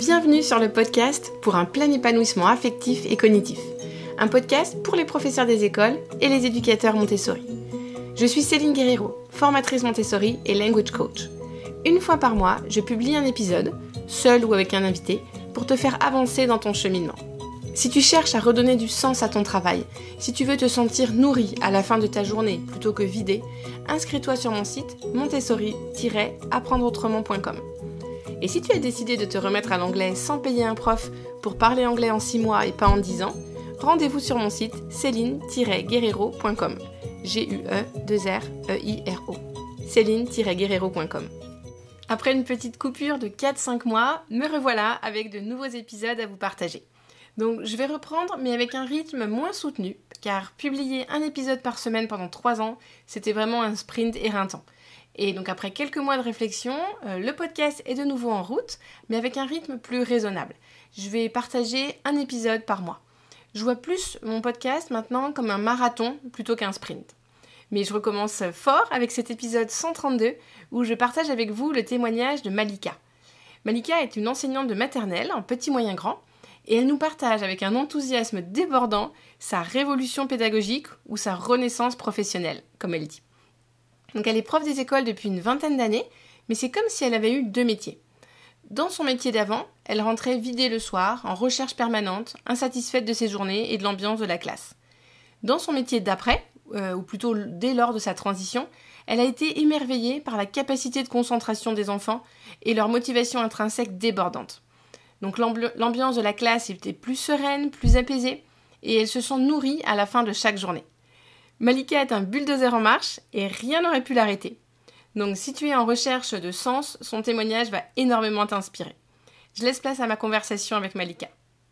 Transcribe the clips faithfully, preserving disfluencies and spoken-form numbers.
Bienvenue sur le podcast pour un plein épanouissement affectif et cognitif. Un podcast pour les professeurs des écoles et les éducateurs Montessori. Je suis Céline Guerrero, formatrice Montessori et language coach. Une fois par mois, je publie un épisode, seul ou avec un invité, pour te faire avancer dans ton cheminement. Si tu cherches à redonner du sens à ton travail, si tu veux te sentir nourri à la fin de ta journée plutôt que vidé, inscris-toi sur mon site montessori tiret apprendre autrement point com. Et si tu as décidé de te remettre à l'anglais sans payer un prof pour parler anglais en six mois et pas en dix ans, rendez-vous sur mon site céline tiret guerrero point com. G U E deux R E I R O. céline tiret guerrero point com. Après une petite coupure de quatre à cinq mois, me revoilà avec de nouveaux épisodes à vous partager. Donc je vais reprendre, mais avec un rythme moins soutenu, car publier un épisode par semaine pendant trois ans, c'était vraiment un sprint éreintant. Et donc après quelques mois de réflexion, euh, le podcast est de nouveau en route, mais avec un rythme plus raisonnable. Je vais partager un épisode par mois. Je vois plus mon podcast maintenant comme un marathon plutôt qu'un sprint. Mais je recommence fort avec cet épisode cent trente-deux où je partage avec vous le témoignage de Malika. Malika est une enseignante de maternelle en petit moyen grand et elle nous partage avec un enthousiasme débordant sa révolution pédagogique ou sa renaissance professionnelle, comme elle dit. Donc elle est prof des écoles depuis une vingtaine d'années, mais c'est comme si elle avait eu deux métiers. Dans son métier d'avant, elle rentrait vidée le soir, en recherche permanente, insatisfaite de ses journées et de l'ambiance de la classe. Dans son métier d'après, euh, ou plutôt dès lors de sa transition, elle a été émerveillée par la capacité de concentration des enfants et leur motivation intrinsèque débordante. Donc l'ambi- l'ambiance de la classe était plus sereine, plus apaisée, et elles se sont nourries à la fin de chaque journée. Malika est un bulldozer en marche et rien n'aurait pu l'arrêter. Donc si tu es en recherche de sens, son témoignage va énormément t'inspirer. Je laisse place à ma conversation avec Malika.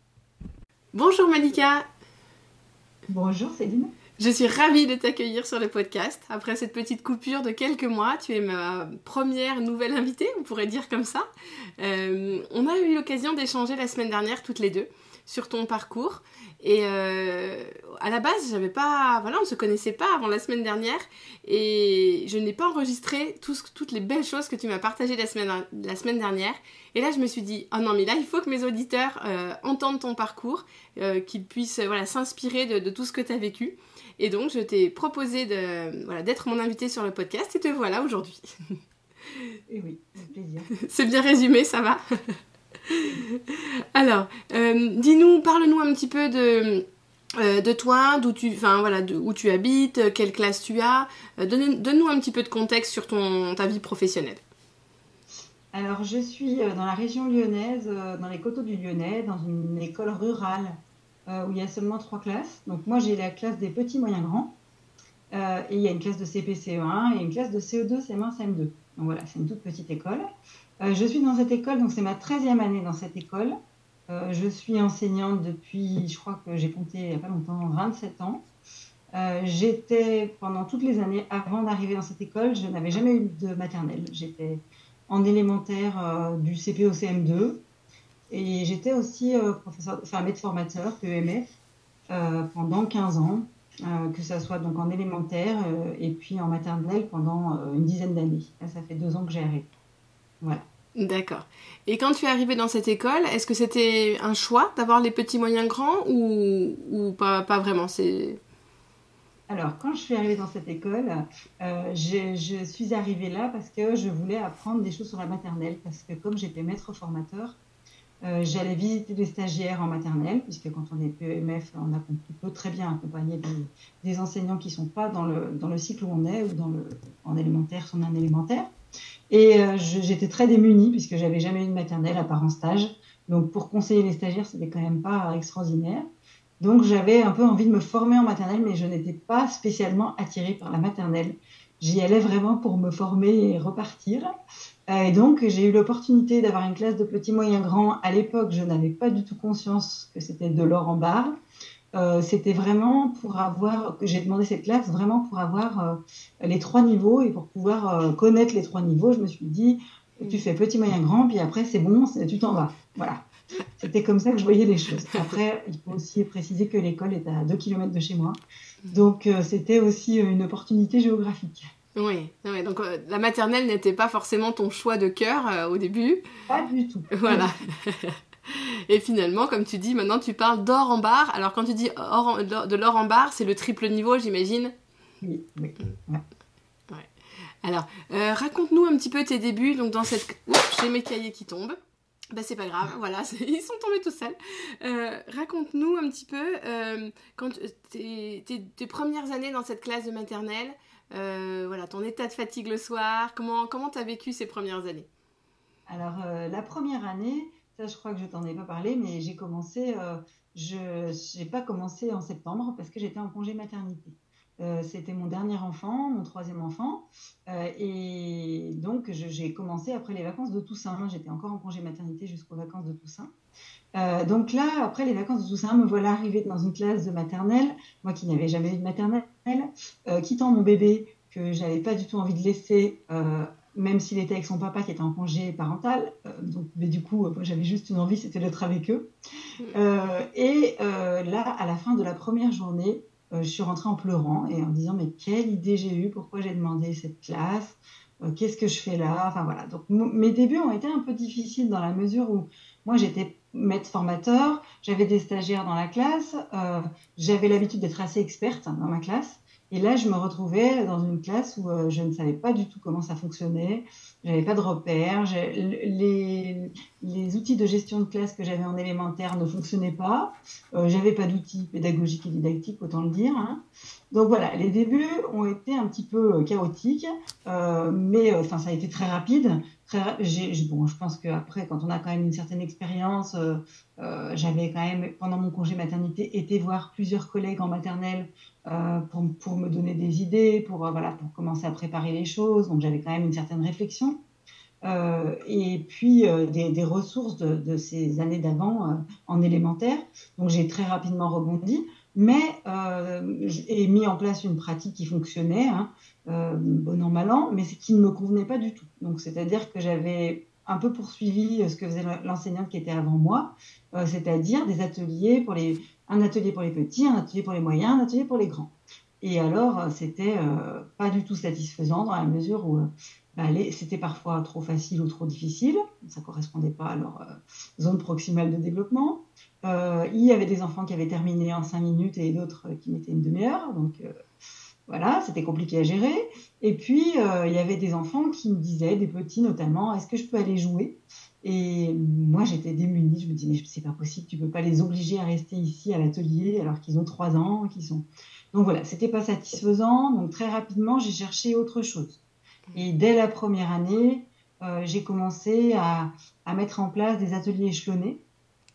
Bonjour Malika. Bonjour Céline. Je suis ravie de t'accueillir sur le podcast. Après cette petite coupure de quelques mois, tu es ma première nouvelle invitée, on pourrait dire comme ça. Euh, on a eu l'occasion d'échanger la semaine dernière toutes les deux sur ton parcours. Et euh, à la base, j'avais pas, voilà, on ne se connaissait pas avant la semaine dernière et je n'ai pas enregistré tout ce, toutes les belles choses que tu m'as partagées la semaine, la semaine dernière. Et là, je me suis dit, oh non, mais là, il faut que mes auditeurs euh, entendent ton parcours, euh, qu'ils puissent euh, voilà, s'inspirer de, de tout ce que tu as vécu. Et donc, je t'ai proposé de, voilà, d'être mon invitée sur le podcast et te voilà aujourd'hui. Et oui, avec plaisir. C'est bien résumé, ça va? Alors, euh, dis-nous, parle-nous un petit peu de, euh, de toi, d'où tu, enfin voilà, de, où tu habites, quelle classe tu as. Euh, donne, donne-nous un petit peu de contexte sur ton, ta vie professionnelle. Alors, je suis dans la région lyonnaise, dans les coteaux du Lyonnais, dans une école rurale euh, où il y a seulement trois classes. Donc, moi, j'ai la classe des petits, moyens, grands. Euh, et il y a une classe de C P C E un et une classe de C E deux, C M un, C M deux. Donc voilà, c'est une toute petite école. Euh, je suis dans cette école, donc c'est ma treizième année dans cette école. Euh, je suis enseignante depuis, je crois que j'ai compté il n'y a pas longtemps, vingt-sept ans. Euh, j'étais, pendant toutes les années avant d'arriver dans cette école, je n'avais jamais eu de maternelle. J'étais en élémentaire euh, du C P au C M deux et j'étais aussi euh, professeur, enfin maître formateur, P E M F, euh, pendant quinze ans, euh, que ça soit donc en élémentaire euh, et puis en maternelle pendant euh, une dizaine d'années. Là, ça fait deux ans que j'ai arrêté. Voilà. D'accord. Et quand tu es arrivée dans cette école, est-ce que c'était un choix d'avoir les petits, moyens, grands ou, ou pas, pas vraiment c'est... Alors, quand je suis arrivée dans cette école, euh, je, je suis arrivée là parce que je voulais apprendre des choses sur la maternelle. Parce que comme j'étais maître formateur, euh, j'allais visiter des stagiaires en maternelle, puisque quand on est P E M F, on, a, on peut très bien accompagner des, des enseignants qui ne sont pas dans le, dans le cycle où on est, ou dans le, en élémentaire, sont en élémentaire. Et euh, je, j'étais très démunie puisque j'avais jamais eu de maternelle à part en stage. Donc pour conseiller les stagiaires, c'était quand même pas extraordinaire. Donc j'avais un peu envie de me former en maternelle, mais je n'étais pas spécialement attirée par la maternelle. J'y allais vraiment pour me former et repartir. Euh, et donc j'ai eu l'opportunité d'avoir une classe de petits, moyens, grands. À l'époque, je n'avais pas du tout conscience que c'était de l'or en barre. Euh, c'était vraiment pour avoir, que j'ai demandé cette classe vraiment pour avoir euh, les trois niveaux et pour pouvoir euh, connaître les trois niveaux. Je me suis dit, tu fais petit, moyen, grand, puis après c'est bon, c'est, tu t'en vas. Voilà. C'était comme ça que je voyais les choses. Après, il faut aussi préciser que l'école est à deux kilomètres de chez moi. Donc euh, c'était aussi une opportunité géographique. Oui, ouais, donc euh, la maternelle n'était pas forcément ton choix de cœur euh, au début. Pas du tout. Voilà. Et finalement, comme tu dis, maintenant tu parles d'or en barre. Alors quand tu dis or en- de l'or en barre, c'est le triple niveau, j'imagine. Oui, oui. Ouais. Ouais. Alors, euh, raconte-nous un petit peu tes débuts. Donc dans cette... Oups, j'ai mes cahiers qui tombent. Bah c'est pas grave, voilà, c'est- ils sont tombés tout seuls. Euh, raconte-nous un petit peu euh, quand tes, tes, tes premières années dans cette classe de maternelle, euh, voilà, ton état de fatigue le soir, comment comment t'as vécu ces premières années? Alors, euh, la première année, ça, je crois que je t'en ai pas parlé, mais j'ai commencé, euh, je n'ai pas commencé en septembre parce que j'étais en congé maternité. Euh, c'était mon dernier enfant, mon troisième enfant, euh, et donc je- j'ai commencé après les vacances de Toussaint. J'étais encore en congé maternité jusqu'aux vacances de Toussaint. Euh, donc là, après les vacances de Toussaint, me voilà arrivée dans une classe de maternelle, moi qui n'avais jamais eu de maternelle, euh, quittant mon bébé que j'avais pas du tout envie de laisser, euh, même s'il était avec son papa qui était en congé parental. Euh, donc, mais du coup, euh, moi, j'avais juste une envie, c'était d'être avec eux. Euh, et euh, là, à la fin de la première journée, euh, je suis rentrée en pleurant et en me disant, mais quelle idée j'ai eue, pourquoi j'ai demandé cette classe, euh, qu'est-ce que je fais là, enfin voilà. Donc m- mes débuts ont été un peu difficiles dans la mesure où moi j'étais maître formateur, j'avais des stagiaires dans la classe, euh, j'avais l'habitude d'être assez experte dans ma classe. Et là, je me retrouvais dans une classe où euh, je ne savais pas du tout comment ça fonctionnait, j'avais pas de repères, j'ai- les, les outils de gestion de classe que j'avais en élémentaire ne fonctionnaient pas. Euh, j'avais pas d'outils pédagogiques et didactiques, autant le dire, hein. Donc voilà, les débuts ont été un petit peu euh, chaotiques, euh, mais euh, enfin ça a été très rapide. Très, ra- j'ai, j'ai- bon, je pense qu'après, quand on a quand même une certaine expérience, euh, euh, j'avais quand même pendant mon congé maternité été voir plusieurs collègues en maternelle euh, pour, pour me donner des idées, pour euh, voilà, pour commencer à préparer les choses. Donc j'avais quand même une certaine réflexion. Euh, et puis euh, des, des ressources de, de ces années d'avant euh, en élémentaire. Donc j'ai très rapidement rebondi, mais euh, j'ai mis en place une pratique qui fonctionnait, hein, euh, bon an mal an, mais qui ne me convenait pas du tout. Donc c'est-à-dire que j'avais un peu poursuivi ce que faisait l'enseignante qui était avant moi, euh, c'est-à-dire des ateliers pour les, un atelier pour les petits, un atelier pour les moyens, un atelier pour les grands. Et alors, c'était euh, pas du tout satisfaisant dans la mesure où euh, bah, les- c'était parfois trop facile ou trop difficile. Ça correspondait pas à leur euh, zone proximale de développement. Euh, il y avait des enfants qui avaient terminé en cinq minutes et d'autres euh, qui mettaient une demi-heure. Donc euh, voilà, c'était compliqué à gérer. Et puis, euh, il y avait des enfants qui me disaient, des petits notamment, est-ce que je peux aller jouer? Et moi, j'étais démunie. Je me disais, mais c'est pas possible, tu peux pas les obliger à rester ici à l'atelier alors qu'ils ont trois ans, qu'ils sont. Donc voilà, c'était pas satisfaisant. Donc très rapidement, j'ai cherché autre chose. Et dès la première année, euh, j'ai commencé à, à mettre en place des ateliers échelonnés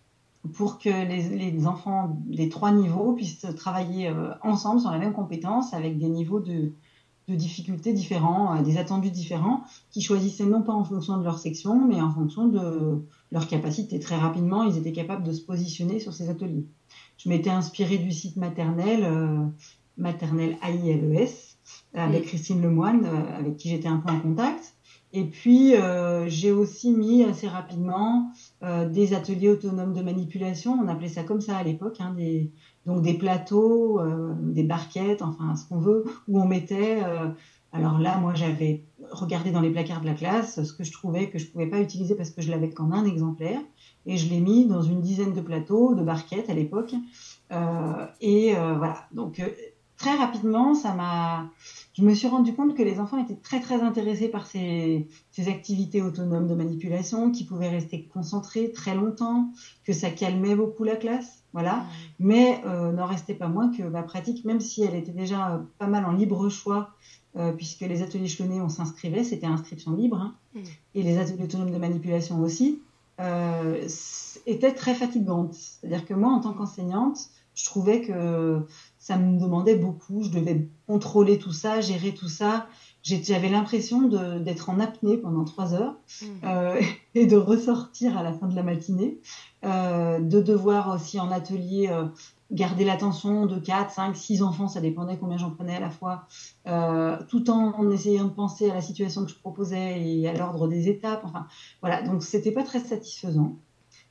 pour que les, les enfants des trois niveaux puissent travailler euh, ensemble sur la même compétence avec des niveaux de, de difficultés différents, euh, des attendus différents, qui choisissaient non pas en fonction de leur section, mais en fonction de leur capacité. Très rapidement, ils étaient capables de se positionner sur ces ateliers. Je m'étais inspirée du site maternel, euh, maternel A I L E S, avec Mm. Christine Lemoine, euh, avec qui j'étais un peu en contact. Et puis, euh, j'ai aussi mis assez rapidement euh, des ateliers autonomes de manipulation, on appelait ça comme ça à l'époque, hein, des, donc des plateaux, euh, des barquettes, enfin ce qu'on veut, où on mettait. Euh, alors là, moi, j'avais regardé dans les placards de la classe ce que je trouvais que je pouvais pas utiliser parce que je l'avais qu'en un exemplaire, et je l'ai mis dans une dizaine de plateaux, de barquettes à l'époque. Euh, et euh, voilà. Donc euh, très rapidement, ça m'a. Je me suis rendu compte que les enfants étaient très très intéressés par ces, ces activités autonomes de manipulation, qui pouvaient rester concentrés très longtemps, que ça calmait beaucoup la classe, voilà. Mais euh, n'en restait pas moins que ma pratique, même si elle était déjà euh, pas mal en libre choix, euh, puisque les ateliers échelonnés, on s'inscrivait, c'était inscription libre, hein, Mm. et les ateliers autonomes de manipulation aussi, euh, était très fatigante. C'est-à-dire que moi, en tant qu'enseignante, je trouvais que ça me demandait beaucoup. Je devais contrôler tout ça, gérer tout ça. J'avais l'impression de, d'être en apnée pendant trois heures Mm. euh, et de ressortir à la fin de la matinée, euh, de devoir aussi en atelier euh, garder l'attention de quatre, cinq, six enfants, ça dépendait combien j'en prenais à la fois, euh, tout en, en essayant de penser à la situation que je proposais et à l'ordre des étapes. Enfin, voilà, donc c'était pas très satisfaisant.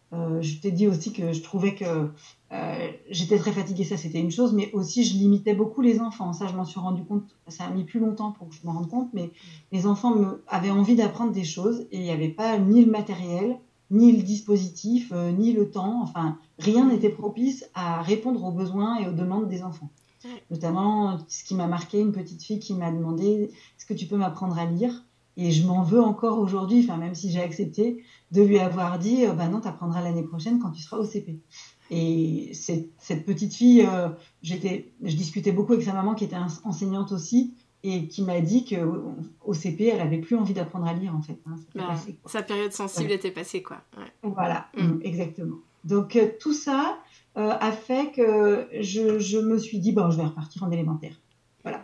Euh, je t'ai dit aussi que je trouvais que euh, j'étais très fatiguée, ça c'était une chose, mais aussi je limitais beaucoup les enfants. Ça, je m'en suis rendu compte, ça a mis plus longtemps pour que je me rende compte, mais les enfants me, avaient envie d'apprendre des choses et il n'y avait pas ni le matériel, ni le dispositif, euh, ni le temps, enfin, rien n'était propice à répondre aux besoins et aux demandes des enfants. Notamment, ce qui m'a marqué, une petite fille qui m'a demandé est-ce que tu peux m'apprendre à lire? Et je m'en veux encore aujourd'hui, enfin, même si j'ai accepté, de lui avoir dit euh, bah non, tu apprendras l'année prochaine quand tu seras au C P. Et cette, cette petite fille, euh, j'étais, je discutais beaucoup avec sa maman qui était enseignante aussi et qui m'a dit qu'au C P, elle avait plus envie d'apprendre à lire en fait. Hein, bah, passé, sa période sensible voilà. était passée, quoi. Ouais. Voilà, mm. exactement. Donc euh, tout ça euh, a fait que je, je me suis dit bon, je vais repartir en élémentaire. Voilà.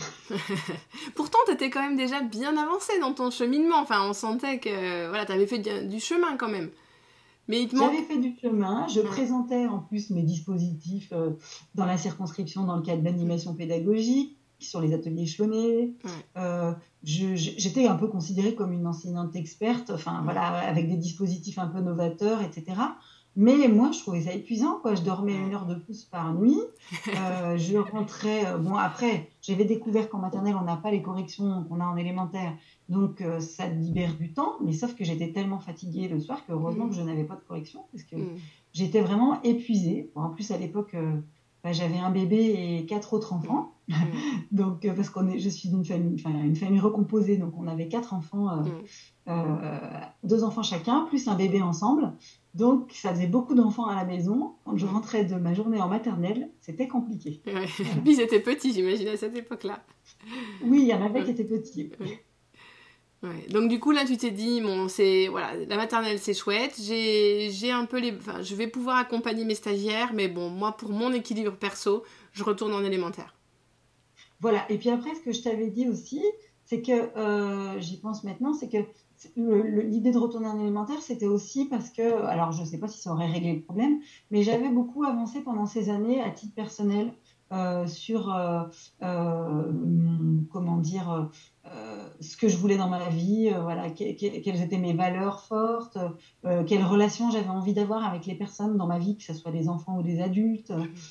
Pourtant, tu étais quand même déjà bien avancée dans ton cheminement. Enfin, on sentait que voilà, tu avais fait du chemin quand même. Mais il te manque... J'avais fait du chemin. Je ouais. présentais en plus mes dispositifs euh, dans la circonscription dans le cadre d'animation pédagogique, sur les ateliers Chelonnet. Ouais. Euh, je, j'étais un peu considérée comme une enseignante experte, enfin ouais. voilà, avec des dispositifs un peu novateurs, et cetera. Mais moi, je trouvais ça épuisant, quoi. Je dormais une heure de plus par nuit. Euh, je rentrais... Euh, bon, après, j'avais découvert qu'en maternelle, on n'a pas les corrections qu'on a en élémentaire. Donc, euh, ça libère du temps. Mais sauf que j'étais tellement fatiguée le soir qu'heureusement mmh. que je n'avais pas de correction parce que mmh. j'étais vraiment épuisée. Bon, en plus, à l'époque, euh, bah, j'avais un bébé et quatre autres enfants. Mmh. donc, euh, parce qu'on est, je suis d'une famille, enfin, une famille recomposée. Donc, on avait quatre enfants, euh, mmh. euh, deux enfants chacun, plus un bébé ensemble. Donc, ça faisait beaucoup d'enfants à la maison. Quand je rentrais de ma journée en maternelle, c'était compliqué. Ouais. Voilà. Puis ils étaient petits, j'imagine, à cette époque-là. Oui, il y en avait ouais. qui étaient petits. Ouais. Ouais. Donc, du coup, là, tu t'es dit, bon, c'est, voilà, la maternelle, c'est chouette. J'ai, j'ai un peu les... Enfin, je vais pouvoir accompagner mes stagiaires, mais bon, moi, pour mon équilibre perso, je retourne en élémentaire. Voilà. Et puis après, ce que je t'avais dit aussi, c'est que, euh, j'y pense maintenant, c'est que Le, le, l'idée de retourner en élémentaire, c'était aussi parce que, alors je ne sais pas si ça aurait réglé le problème, mais j'avais beaucoup avancé pendant ces années à titre personnel euh, sur, euh, euh, comment dire, euh, ce que je voulais dans ma vie, euh, voilà, que, que, quelles étaient mes valeurs fortes, euh, quelles relations j'avais envie d'avoir avec les personnes dans ma vie, que ce soit des enfants ou des adultes.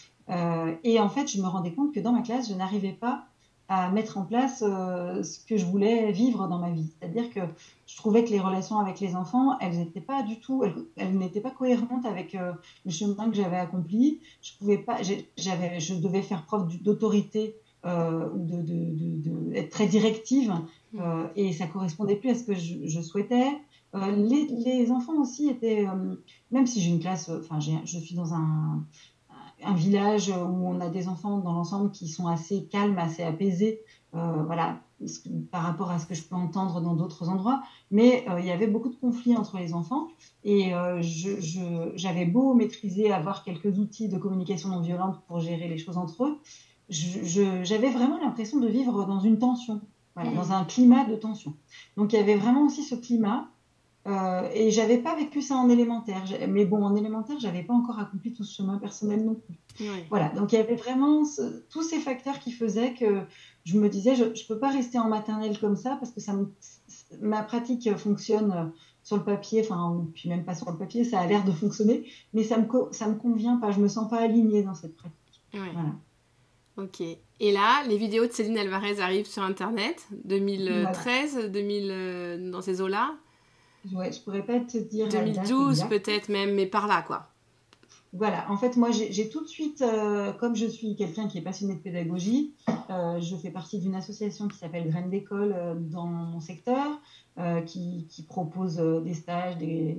Euh, et en fait, je me rendais compte que dans ma classe, je n'arrivais pas à mettre en place euh, ce que je voulais vivre dans ma vie. C'est-à-dire que je trouvais que les relations avec les enfants, elles n'étaient pas du tout, elles, elles n'étaient pas cohérentes avec euh, le chemin que j'avais accompli. Je pouvais pas, j'avais, je devais faire preuve d'autorité euh, ou de, de, de, de être très directive euh, et ça correspondait plus à ce que je, je souhaitais. Euh, les, les enfants aussi étaient, euh, même si j'ai une classe, enfin, j'ai, je suis dans un un village où on a des enfants dans l'ensemble qui sont assez calmes, assez apaisés, euh, voilà, par rapport à ce que je peux entendre dans d'autres endroits. Mais euh, il y avait beaucoup de conflits entre les enfants et euh, je, je, j'avais beau maîtriser, avoir quelques outils de communication non violente pour gérer les choses entre eux, je, je, j'avais vraiment l'impression de vivre dans une tension, voilà, mmh. dans un climat de tension. Donc il y avait vraiment aussi ce climat. Euh, et j'avais pas vécu ça en élémentaire, mais bon, en élémentaire, j'avais pas encore accompli tout ce chemin personnel non plus. Ouais. Voilà, donc il y avait vraiment ce, tous ces facteurs qui faisaient que je me disais, je, je peux pas rester en maternelle comme ça parce que ça me, ma pratique fonctionne sur le papier, enfin, puis même pas sur le papier, ça a l'air de fonctionner, mais ça me, ça me convient pas, je me sens pas alignée dans cette pratique. Ouais. Voilà. Ok. Et là, les vidéos de Céline Alvarez arrivent sur Internet, deux mille treize, voilà. deux mille, euh, dans ces eaux-là. Ouais, je pourrais pas te dire. deux mille douze peut-être même, mais par là, quoi. Voilà, en fait, moi, j'ai, j'ai tout de suite, euh, comme je suis quelqu'un qui est passionné de pédagogie, euh, je fais partie d'une association qui s'appelle Graines d'école euh, dans mon secteur, euh, qui, qui propose euh, des stages, des,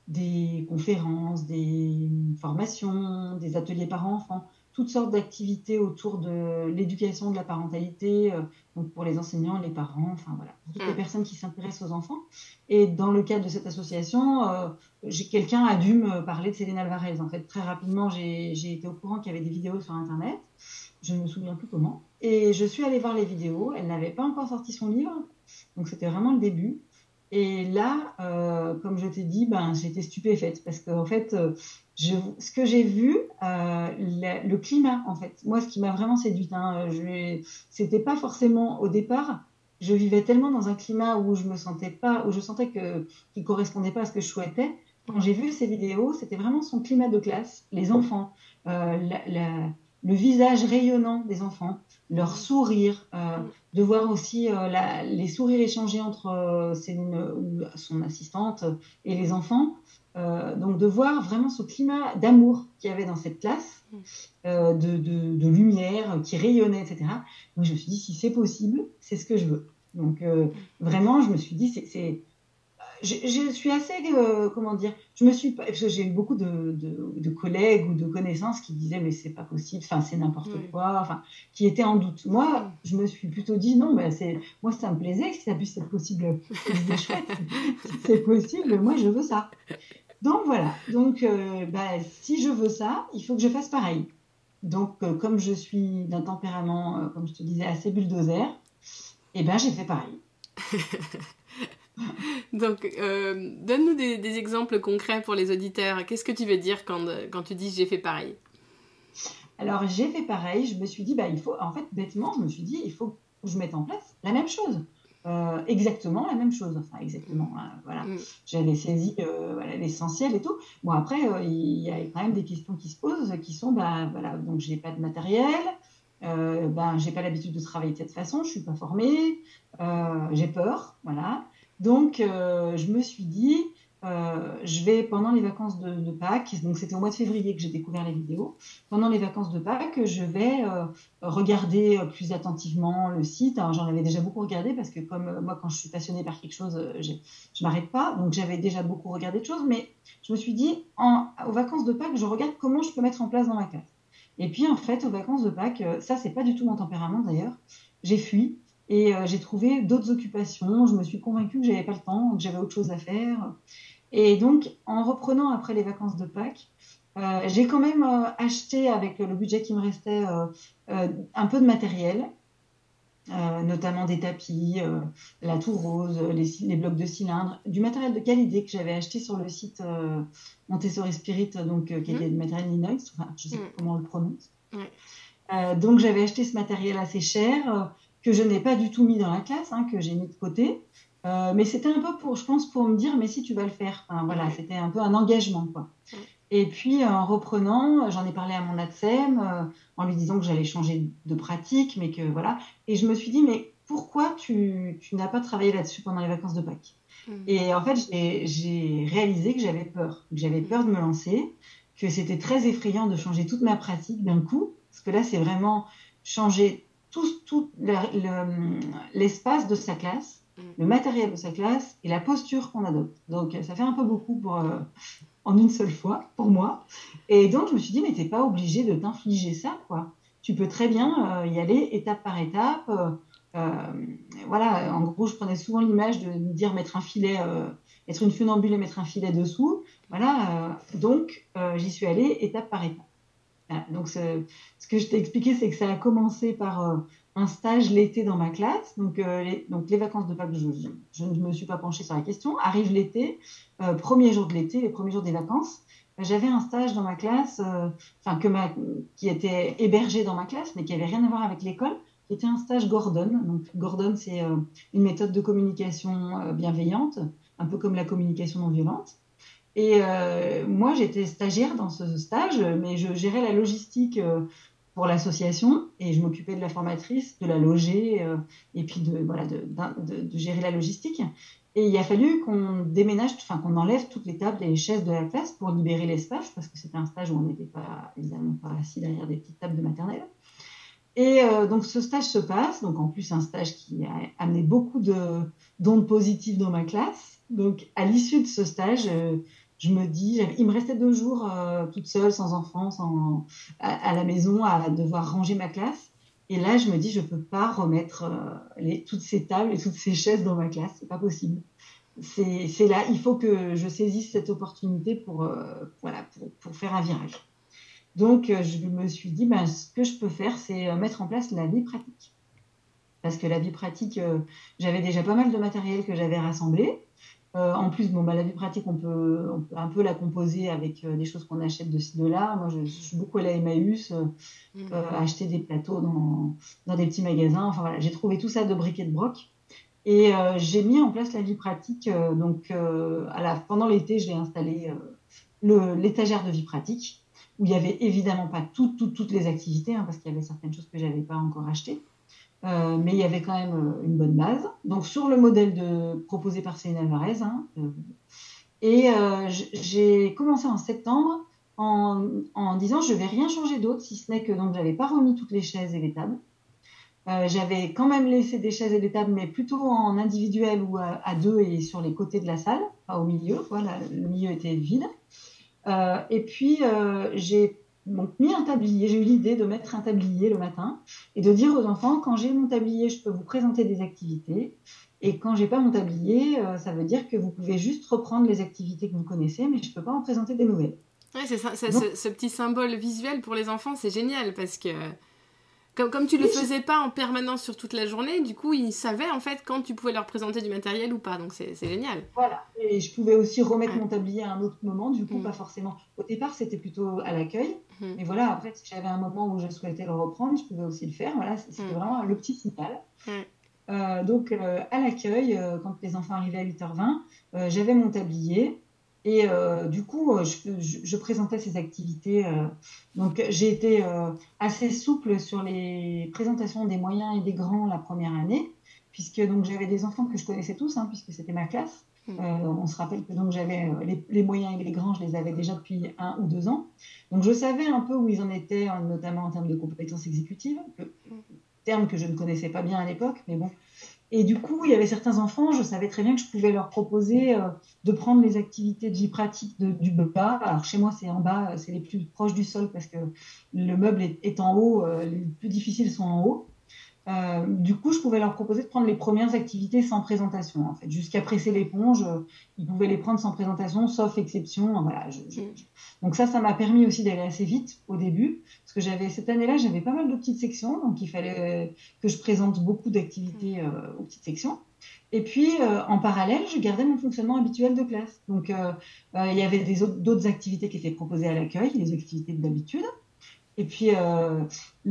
des conférences, des formations, des ateliers parents-enfants, toutes sortes d'activités autour de l'éducation de la parentalité, euh, donc pour les enseignants, les parents, enfin voilà, pour toutes les personnes qui s'intéressent aux enfants. Et dans le cadre de cette association, euh, j'ai, quelqu'un a dû me parler de Céline Alvarez. En fait, très rapidement, j'ai, j'ai été au courant qu'il y avait des vidéos sur Internet. Je ne me souviens plus comment. Et je suis allée voir les vidéos. Elle n'avait pas encore sorti son livre, donc c'était vraiment le début. Et là, euh, comme je t'ai dit, ben, j'étais stupéfaite parce qu'en fait, euh, je, ce que j'ai vu, euh, la, le climat, en fait, moi, ce qui m'a vraiment séduite, hein, je, c'était pas forcément au départ. Je vivais tellement dans un climat où je me sentais pas, où je sentais que qu'il correspondait pas à ce que je souhaitais, quand j'ai vu ces vidéos, c'était vraiment son climat de classe, les enfants, euh, la, la, le visage rayonnant des enfants, leur sourire, euh, de voir aussi euh, la, les sourires échangés entre euh, Céline ou son assistante et les enfants. Euh, donc de voir vraiment ce climat d'amour qu'il y avait dans cette classe, euh, de, de, de lumière qui rayonnait, et cetera. Moi, je me suis dit, si c'est possible, c'est ce que je veux. Donc euh, vraiment, je me suis dit, c'est... c'est je, je suis assez, euh, comment dire, je me suis, parce que j'ai eu beaucoup de, de, de collègues ou de connaissances qui disaient mais c'est pas possible, enfin c'est n'importe Oui. quoi, enfin qui étaient en doute. Moi, je me suis plutôt dit non, ben c'est, moi ça me plaisait, si ça puisse être possible, c'est chouette, si c'est possible, moi je veux ça. Donc voilà, donc euh, ben, si je veux ça, il faut que je fasse pareil. Donc euh, comme je suis d'un tempérament, euh, comme je te disais, assez bulldozer, et ben j'ai fait pareil. Donc, euh, donne-nous des, des exemples concrets pour les auditeurs. Qu'est-ce que tu veux dire quand, quand tu dis j'ai fait pareil? Alors, j'ai fait pareil. Je me suis dit, bah, il faut, en fait, bêtement, je me suis dit, il faut que je mette en place la même chose. Euh, exactement la même chose. Enfin, exactement. Hein, voilà. Mm. J'avais saisi euh, voilà, l'essentiel et tout. Bon, après, euh, il y a quand même des questions qui se posent qui sont, bah, voilà, donc, j'ai pas de matériel. Euh, ben, j'ai pas l'habitude de travailler de cette façon. Je suis pas formée. Euh, j'ai peur. Voilà. Donc, euh, je me suis dit, euh, je vais, pendant les vacances de, de Pâques, donc c'était au mois de février que j'ai découvert les vidéos, pendant les vacances de Pâques, je vais euh, regarder plus attentivement le site. Alors, j'en avais déjà beaucoup regardé parce que comme euh, moi, quand je suis passionnée par quelque chose, euh, je ne m'arrête pas. Donc, j'avais déjà beaucoup regardé de choses, mais je me suis dit, en, aux vacances de Pâques, je regarde comment je peux mettre en place dans ma classe. Et puis, en fait, aux vacances de Pâques, euh, ça, c'est pas du tout mon tempérament d'ailleurs, j'ai fui. Et euh, j'ai trouvé d'autres occupations. Je me suis convaincue que j'avais pas le temps, que j'avais autre chose à faire. Et donc, en reprenant après les vacances de Pâques, euh, j'ai quand même euh, acheté avec le budget qui me restait euh, euh, un peu de matériel, euh, notamment des tapis, euh, la tour rose, les, les blocs de cylindres, du matériel de qualité que j'avais acheté sur le site euh, Montessori Spirit, donc euh, qui est du matériel Linox, enfin, je ne sais pas comment on le prononce. Mmh. Euh, donc j'avais acheté ce matériel assez cher euh, que je n'ai pas du tout mis dans la classe, hein, que j'ai mis de côté. Euh, mais c'était un peu pour, je pense, pour me dire, mais si tu vas le faire. Enfin, voilà, mmh. C'était un peu un engagement, quoi. Mmh. Et puis, en reprenant, j'en ai parlé à mon ATSEM, euh, en lui disant que j'allais changer de pratique, mais que voilà. Et je me suis dit, mais pourquoi tu, tu n'as pas travaillé là-dessus pendant les vacances de Pâques? Mmh. Et en fait, j'ai, j'ai réalisé que j'avais peur, que j'avais peur de me lancer, que c'était très effrayant de changer toute ma pratique d'un coup, parce que là, c'est vraiment changer tout, tout le, le, l'espace de sa classe, le matériel de sa classe et la posture qu'on adopte. Donc, ça fait un peu beaucoup pour, euh, en une seule fois, pour moi. Et donc, je me suis dit, mais t'es pas obligé de t'infliger ça, quoi. Tu peux très bien euh, y aller étape par étape. Euh, euh, voilà, en gros, je prenais souvent l'image de me dire mettre un filet, euh, être une funambule et mettre un filet dessous. Voilà, euh, donc, euh, j'y suis allée étape par étape. Voilà, donc, ce, ce que je t'ai expliqué, c'est que ça a commencé par euh, un stage l'été dans ma classe. Donc, euh, les, donc les vacances de Pâques, je, je, je ne me suis pas penchée sur la question. Arrive l'été, euh, premier jour de l'été, les premiers jours des vacances, euh, j'avais un stage dans ma classe, enfin euh, que ma, qui était hébergé dans ma classe, mais qui avait rien à voir avec l'école, qui était un stage Gordon. Donc, Gordon, c'est euh, une méthode de communication euh, bienveillante, un peu comme la communication non violente. Et euh, moi, j'étais stagiaire dans ce stage, mais je gérais la logistique euh, pour l'association et je m'occupais de la formatrice, de la loger euh, et puis de, voilà, de, de, de gérer la logistique. Et il a fallu qu'on déménage, enfin qu'on enlève toutes les tables et les chaises de la classe pour libérer l'espace parce que c'était un stage où on n'était pas évidemment pas assis derrière des petites tables de maternelle. Et euh, donc ce stage se passe, donc en plus un stage qui a amené beaucoup de d'ondes positives dans ma classe. Donc à l'issue de ce stage, euh, je me dis, il me restait deux jours euh, toute seule, sans enfant, sans, à, à la maison, à devoir ranger ma classe. Et là, je me dis, je peux pas remettre euh, les, toutes ces tables et toutes ces chaises dans ma classe, c'est pas possible. C'est, c'est là, il faut que je saisisse cette opportunité pour, euh, voilà, pour, pour faire un virage. Donc, euh, je me suis dit, ben, ce que je peux faire, c'est mettre en place la vie pratique. Parce que la vie pratique, euh, j'avais déjà pas mal de matériel que j'avais rassemblé. Euh, en plus, bon, bah, la vie pratique, on peut, on peut un peu la composer avec euh, des choses qu'on achète de ci, de là. Moi, je, je suis beaucoup allée à Emmaüs, euh, mmh. euh, acheter des plateaux dans, dans des petits magasins. Enfin, voilà, j'ai trouvé tout ça de bric et de broc. Et euh, j'ai mis en place la vie pratique. Euh, donc, euh, à la, pendant l'été, j'ai installé euh, le, l'étagère de vie pratique, où il y avait évidemment pas tout, tout, toutes les activités, hein, parce qu'il y avait certaines choses que j'avais pas encore achetées. Euh, mais il y avait quand même euh, une bonne base. Donc, sur le modèle de, proposé par Céline Alvarez. Hein, euh, et euh, j'ai commencé en septembre en, en disant je vais rien changer d'autre, si ce n'est que donc j'avais pas remis toutes les chaises et les tables. Euh, j'avais quand même laissé des chaises et des tables, mais plutôt en individuel ou à, à deux et sur les côtés de la salle, pas au milieu. Voilà, le milieu était vide. Euh, et puis, euh, j'ai donc mis un tablier. J'ai eu l'idée de mettre un tablier le matin et de dire aux enfants, quand j'ai mon tablier, je peux vous présenter des activités. Et quand j'ai pas mon tablier, euh, ça veut dire que vous pouvez juste reprendre les activités que vous connaissez, mais je peux pas en présenter des nouvelles. Ouais, c'est ça, ça, donc, ce, ce petit symbole visuel pour les enfants, c'est génial parce que Comme, comme tu le faisais pas en permanence sur toute la journée, du coup, ils savaient en fait quand tu pouvais leur présenter du matériel ou pas. Donc, c'est, c'est génial. Voilà. Et je pouvais aussi remettre ouais. mon tablier à un autre moment, du coup, mmh. pas forcément. Au départ, c'était plutôt à l'accueil. Mmh. Mais voilà, après, si j'avais un moment où je souhaitais le reprendre, je pouvais aussi le faire. Voilà, c'était mmh. vraiment le petit signal. Mmh. Euh, donc, euh, à l'accueil, euh, quand les enfants arrivaient à huit heures vingt, euh, j'avais mon tablier. Et euh, du coup, je, je, je présentais ces activités. Euh, donc, j'ai été euh, assez souple sur les présentations des moyens et des grands la première année, puisque donc j'avais des enfants que je connaissais tous, hein, puisque c'était ma classe. Euh, on se rappelle que donc j'avais euh, les, les moyens et les grands, je les avais déjà depuis un ou deux ans. Donc, je savais un peu où ils en étaient, notamment en termes de compétences exécutives, le terme que je ne connaissais pas bien à l'époque, mais bon. Et du coup, il y avait certains enfants, je savais très bien que je pouvais leur proposer euh, de prendre les activités de vie pratique de, du bas. Alors, chez moi, c'est en bas, c'est les plus proches du sol parce que le meuble est, est en haut, euh, les plus difficiles sont en haut. Euh, du coup, je pouvais leur proposer de prendre les premières activités sans présentation. En fait, jusqu'à presser l'éponge, euh, ils pouvaient les prendre sans présentation, sauf exception. Voilà. Je, je, je... Donc ça, ça m'a permis aussi d'aller assez vite au début, parce que j'avais cette année-là, j'avais pas mal de petites sections, donc il fallait euh, que je présente beaucoup d'activités euh, aux petites sections. Et puis, euh, en parallèle, je gardais mon fonctionnement habituel de classe. Donc, euh, euh, il y avait des autres, d'autres activités qui étaient proposées à l'accueil, les activités d'habitude. Et puis, euh,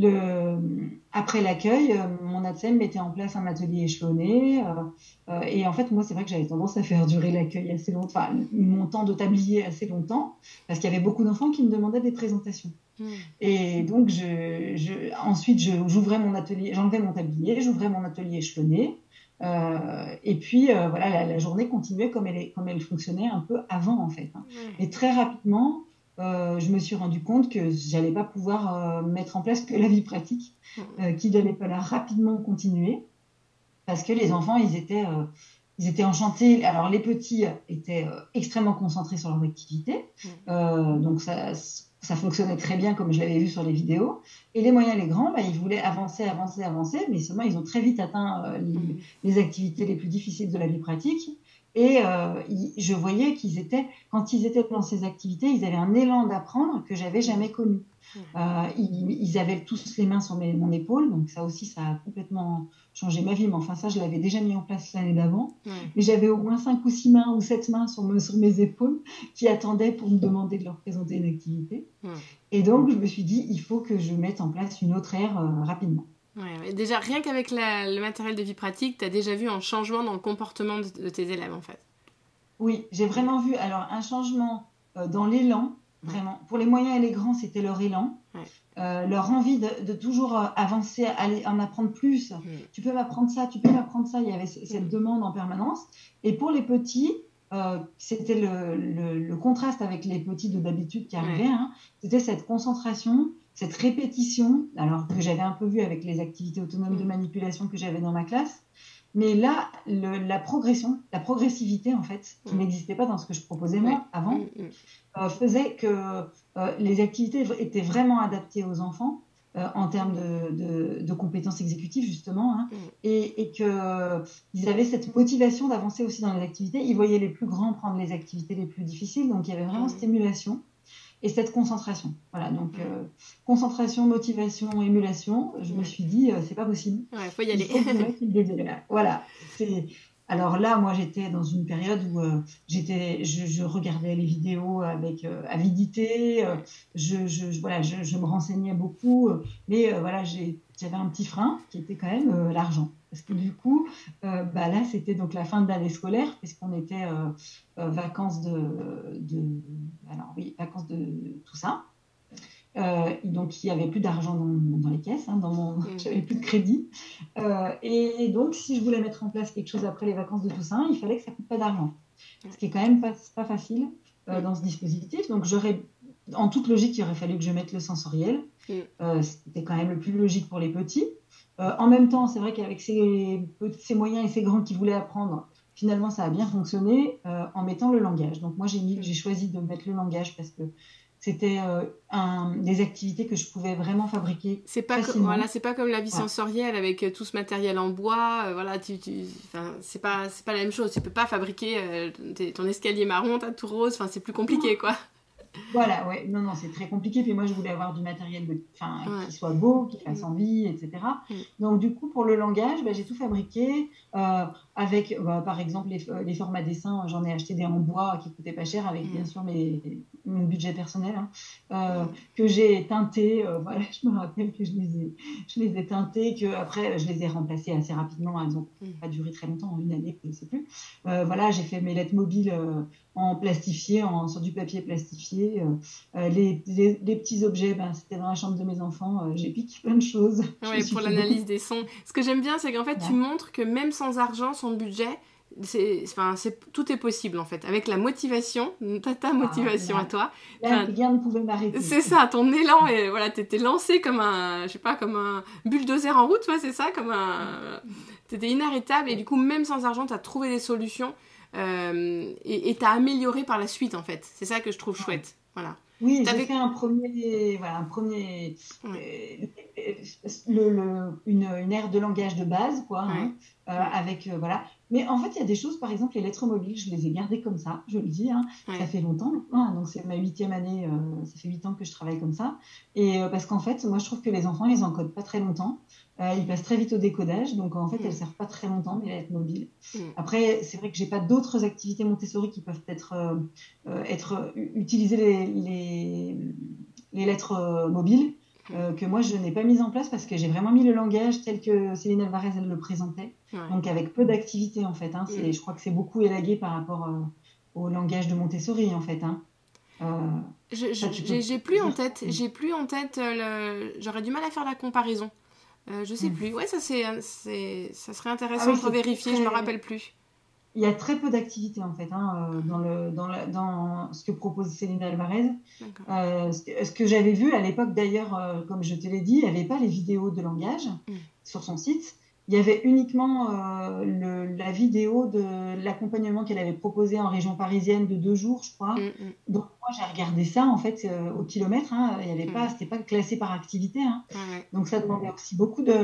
le, après l'accueil, euh, mon A T S E M mettait en place un atelier échelonné. Euh, euh, et en fait, moi, c'est vrai que j'avais tendance à faire durer l'accueil assez longtemps, enfin, mon temps de tablier assez longtemps, parce qu'il y avait beaucoup d'enfants qui me demandaient des présentations. Mmh. Et donc, je, je, ensuite, je, j'ouvrais mon atelier, j'enlevais mon tablier, j'ouvrais mon atelier échelonné. Euh, et puis, euh, voilà, la, la journée continuait comme elle, est, comme elle fonctionnait un peu avant, en fait. Hein. Mmh. Et très rapidement, Euh, je me suis rendu compte que j'allais pas pouvoir euh, mettre en place que la vie pratique, euh, qu'il allait falloir rapidement continuer, parce que les enfants, ils étaient, euh, ils étaient enchantés. Alors les petits étaient euh, extrêmement concentrés sur leurs activités, euh, donc ça, ça fonctionnait très bien comme je l'avais vu sur les vidéos. Et les moyens, les grands, bah, ils voulaient avancer, avancer, avancer, mais seulement ils ont très vite atteint euh, les, les activités les plus difficiles de la vie pratique. Et euh, je voyais qu'ils étaient, quand ils étaient dans ces activités, ils avaient un élan d'apprendre que j'avais jamais connu. Euh, ils, ils avaient tous les mains sur mes, mon épaule, donc ça aussi, ça a complètement changé ma vie. Mais enfin, ça, je l'avais déjà mis en place l'année d'avant. Ouais. Mais j'avais au moins cinq ou six mains ou sept mains sur, me, sur mes épaules qui attendaient pour me demander de leur présenter une activité. Ouais. Et donc, je me suis dit, il faut que je mette en place une autre ère euh, rapidement. Ouais, déjà, rien qu'avec la, le matériel de vie pratique, tu as déjà vu un changement dans le comportement de, de tes élèves, en fait. Oui, j'ai vraiment vu alors un changement euh, dans l'élan, vraiment. Pour les moyens et les grands, c'était leur élan, ouais. euh, leur envie de, de toujours euh, avancer, aller en apprendre plus. Mmh. Tu peux m'apprendre ça, tu peux m'apprendre ça. Il y avait c- cette mmh. demande en permanence. Et pour les petits, euh, c'était le, le, le contraste avec les petits de d'habitude qui arrivaient. Ouais. Hein, c'était cette concentration, cette répétition, alors que j'avais un peu vu avec les activités autonomes mmh. de manipulation que j'avais dans ma classe. Mais là, le, la progression, la progressivité, en fait, qui mmh. n'existait pas dans ce que je proposais moi, ouais. avant, mmh. euh, faisait que euh, les activités étaient vraiment adaptées aux enfants euh, en termes de, de, de compétences exécutives, justement, hein, mmh. et, et qu'ils euh, avaient cette motivation d'avancer aussi dans les activités. Ils voyaient les plus grands prendre les activités les plus difficiles, donc il y avait vraiment mmh. stimulation. Et cette concentration, voilà, donc euh, concentration, motivation, émulation, je me suis dit, euh, c'est pas possible. Ouais, faut y aller. Il faut que je mette une deuxième. Voilà, c'est, alors là, moi, j'étais dans une période où euh, j'étais, je, je regardais les vidéos avec euh, avidité, euh, je, je, je- voilà, je, je me renseignais beaucoup, euh, mais euh, voilà, j'ai, j'avais un petit frein qui était quand même euh, l'argent. Parce que du coup, euh, bah là, c'était donc la fin de l'année scolaire, puisqu'on était euh, euh, vacances de, de, alors oui, vacances de Toussaint. Euh, donc, il n'y avait plus d'argent dans, dans les caisses, hein, dans mon... Mm. j'avais plus de crédit. Euh, et donc, si je voulais mettre en place quelque chose après les vacances de Toussaint, il fallait que ça coûte pas d'argent. Ce qui est quand même pas, pas facile euh, Mm. dans ce dispositif. Donc, j'aurais, en toute logique, il aurait fallu que je mette le sensoriel. Mm. Euh, c'était quand même le plus logique pour les petits. Euh, en même temps, c'est vrai qu'avec ces, ces moyens et ces grands qui voulaient apprendre, finalement, ça a bien fonctionné euh, en mettant le langage. Donc, moi, j'ai, mis, j'ai choisi de mettre le langage parce que c'était euh, un, des activités que je pouvais vraiment fabriquer C'est pas, co- facilement. voilà, c'est pas comme la vie Voilà. sensorielle avec euh, tout ce matériel en bois. euh, voilà, tu, tu, enfin, c'est pas, c'est pas la même chose. Tu peux pas fabriquer euh, tes- ton escalier marron, ta tour rose. Enfin, c'est plus compliqué, quoi. Voilà, ouais, non, non, c'est très compliqué. Puis moi, je voulais avoir du matériel de, enfin, Ouais. qui soit beau, qui fasse Mm. envie, et cetera. Mm. Donc, du coup, pour le langage, bah, j'ai tout fabriqué euh, avec, bah, par exemple, les, les formats dessins. J'en ai acheté des en bois qui coûtaient pas cher, avec Mm. bien sûr mes, mon budget personnel, hein, euh, Mm. que j'ai teinté. Euh, voilà, je me rappelle que je les ai, je les ai teintés, que après, je les ai remplacés assez rapidement. Elles n'ont Mm. pas duré très longtemps, une année, je ne sais plus. Euh, voilà, j'ai fait mes lettres mobiles euh, en plastifié, en, sur du papier plastifié. Euh, euh, les, les, les petits objets, ben, c'était dans la chambre de mes enfants. Euh, j'ai piqué plein de choses. Je me Ouais, suis pour fait beaucoup. l'analyse des sons. Ce que j'aime bien, c'est qu'en fait, tu Voilà. montres que même sans argent, sans budget, c'est, enfin, c'est, tout est possible, en fait. Avec la motivation, ta, ta Ah, motivation là, à toi. là, Enfin, rien ne pouvait m'arrêter. c'est ça, ton élan, et voilà, t'étais lancé comme un, je sais pas, comme un bulldozer en route, ouais, c'est ça, comme un... T'étais inarrêtable, et du coup, même sans argent, t'as trouvé des solutions, euh, et, et t'as amélioré par la suite, en fait. C'est ça que je trouve Ouais. chouette, voilà. Oui, j'ai T'avais... fait un premier, voilà, un premier, Ouais. euh, le, le- une, une aire de langage de base, quoi, Ouais. hein, euh, Ouais. avec, euh, voilà. Mais en fait, il y a des choses, par exemple, les lettres mobiles, je les ai gardées comme ça, je le dis, hein, Ouais. ça fait longtemps maintenant, hein, donc c'est ma huitième année, euh, ça fait huit ans que je travaille comme ça. Et euh, parce qu'en fait, moi, je trouve que les enfants, ils encodent pas très longtemps, euh, ils passent très vite au décodage, donc en fait, Mm. elles servent pas très longtemps, mes lettres mobiles. Mm. Après, c'est vrai que j'ai pas d'autres activités Montessori qui peuvent être, euh, euh, être euh, utiliser les, les, les lettres euh, mobiles euh, que moi je n'ai pas mises en place parce que j'ai vraiment mis le langage tel que Céline Alvarez elle le présentait, Ouais. donc avec peu d'activités en fait. Hein. C'est, Mm. je crois que c'est beaucoup élagué par rapport euh, au langage de Montessori en fait. Hein. Euh, Je, ça, je, tu peux j'ai, j'ai plus en dire. tête, j'ai plus en tête euh, le... J'aurais du mal à faire la comparaison. Euh, je sais Mm. plus. Ouais, ça c'est, c'est, ça serait intéressant Ah oui, de c'est revérifier. très- Je me rappelle plus. Il y a très peu d'activités en fait hein, euh, dans, le, dans, la- dans ce que propose Céline Alvarez. D'accord. Euh, ce que, ce que j'avais vu à l'époque d'ailleurs, euh, comme je te l'ai dit, il n'y avait pas les vidéos de langage Mm. sur son site. Il y avait uniquement euh, le, la vidéo de l'accompagnement qu'elle avait proposé en région parisienne de deux jours, je crois. Mm, mm. Donc moi j'ai regardé ça en fait euh, au kilomètre. Hein. Il y avait Mm. pas, c'était pas classé par activité. Hein. Ouais, ouais. Donc ça demandait aussi beaucoup de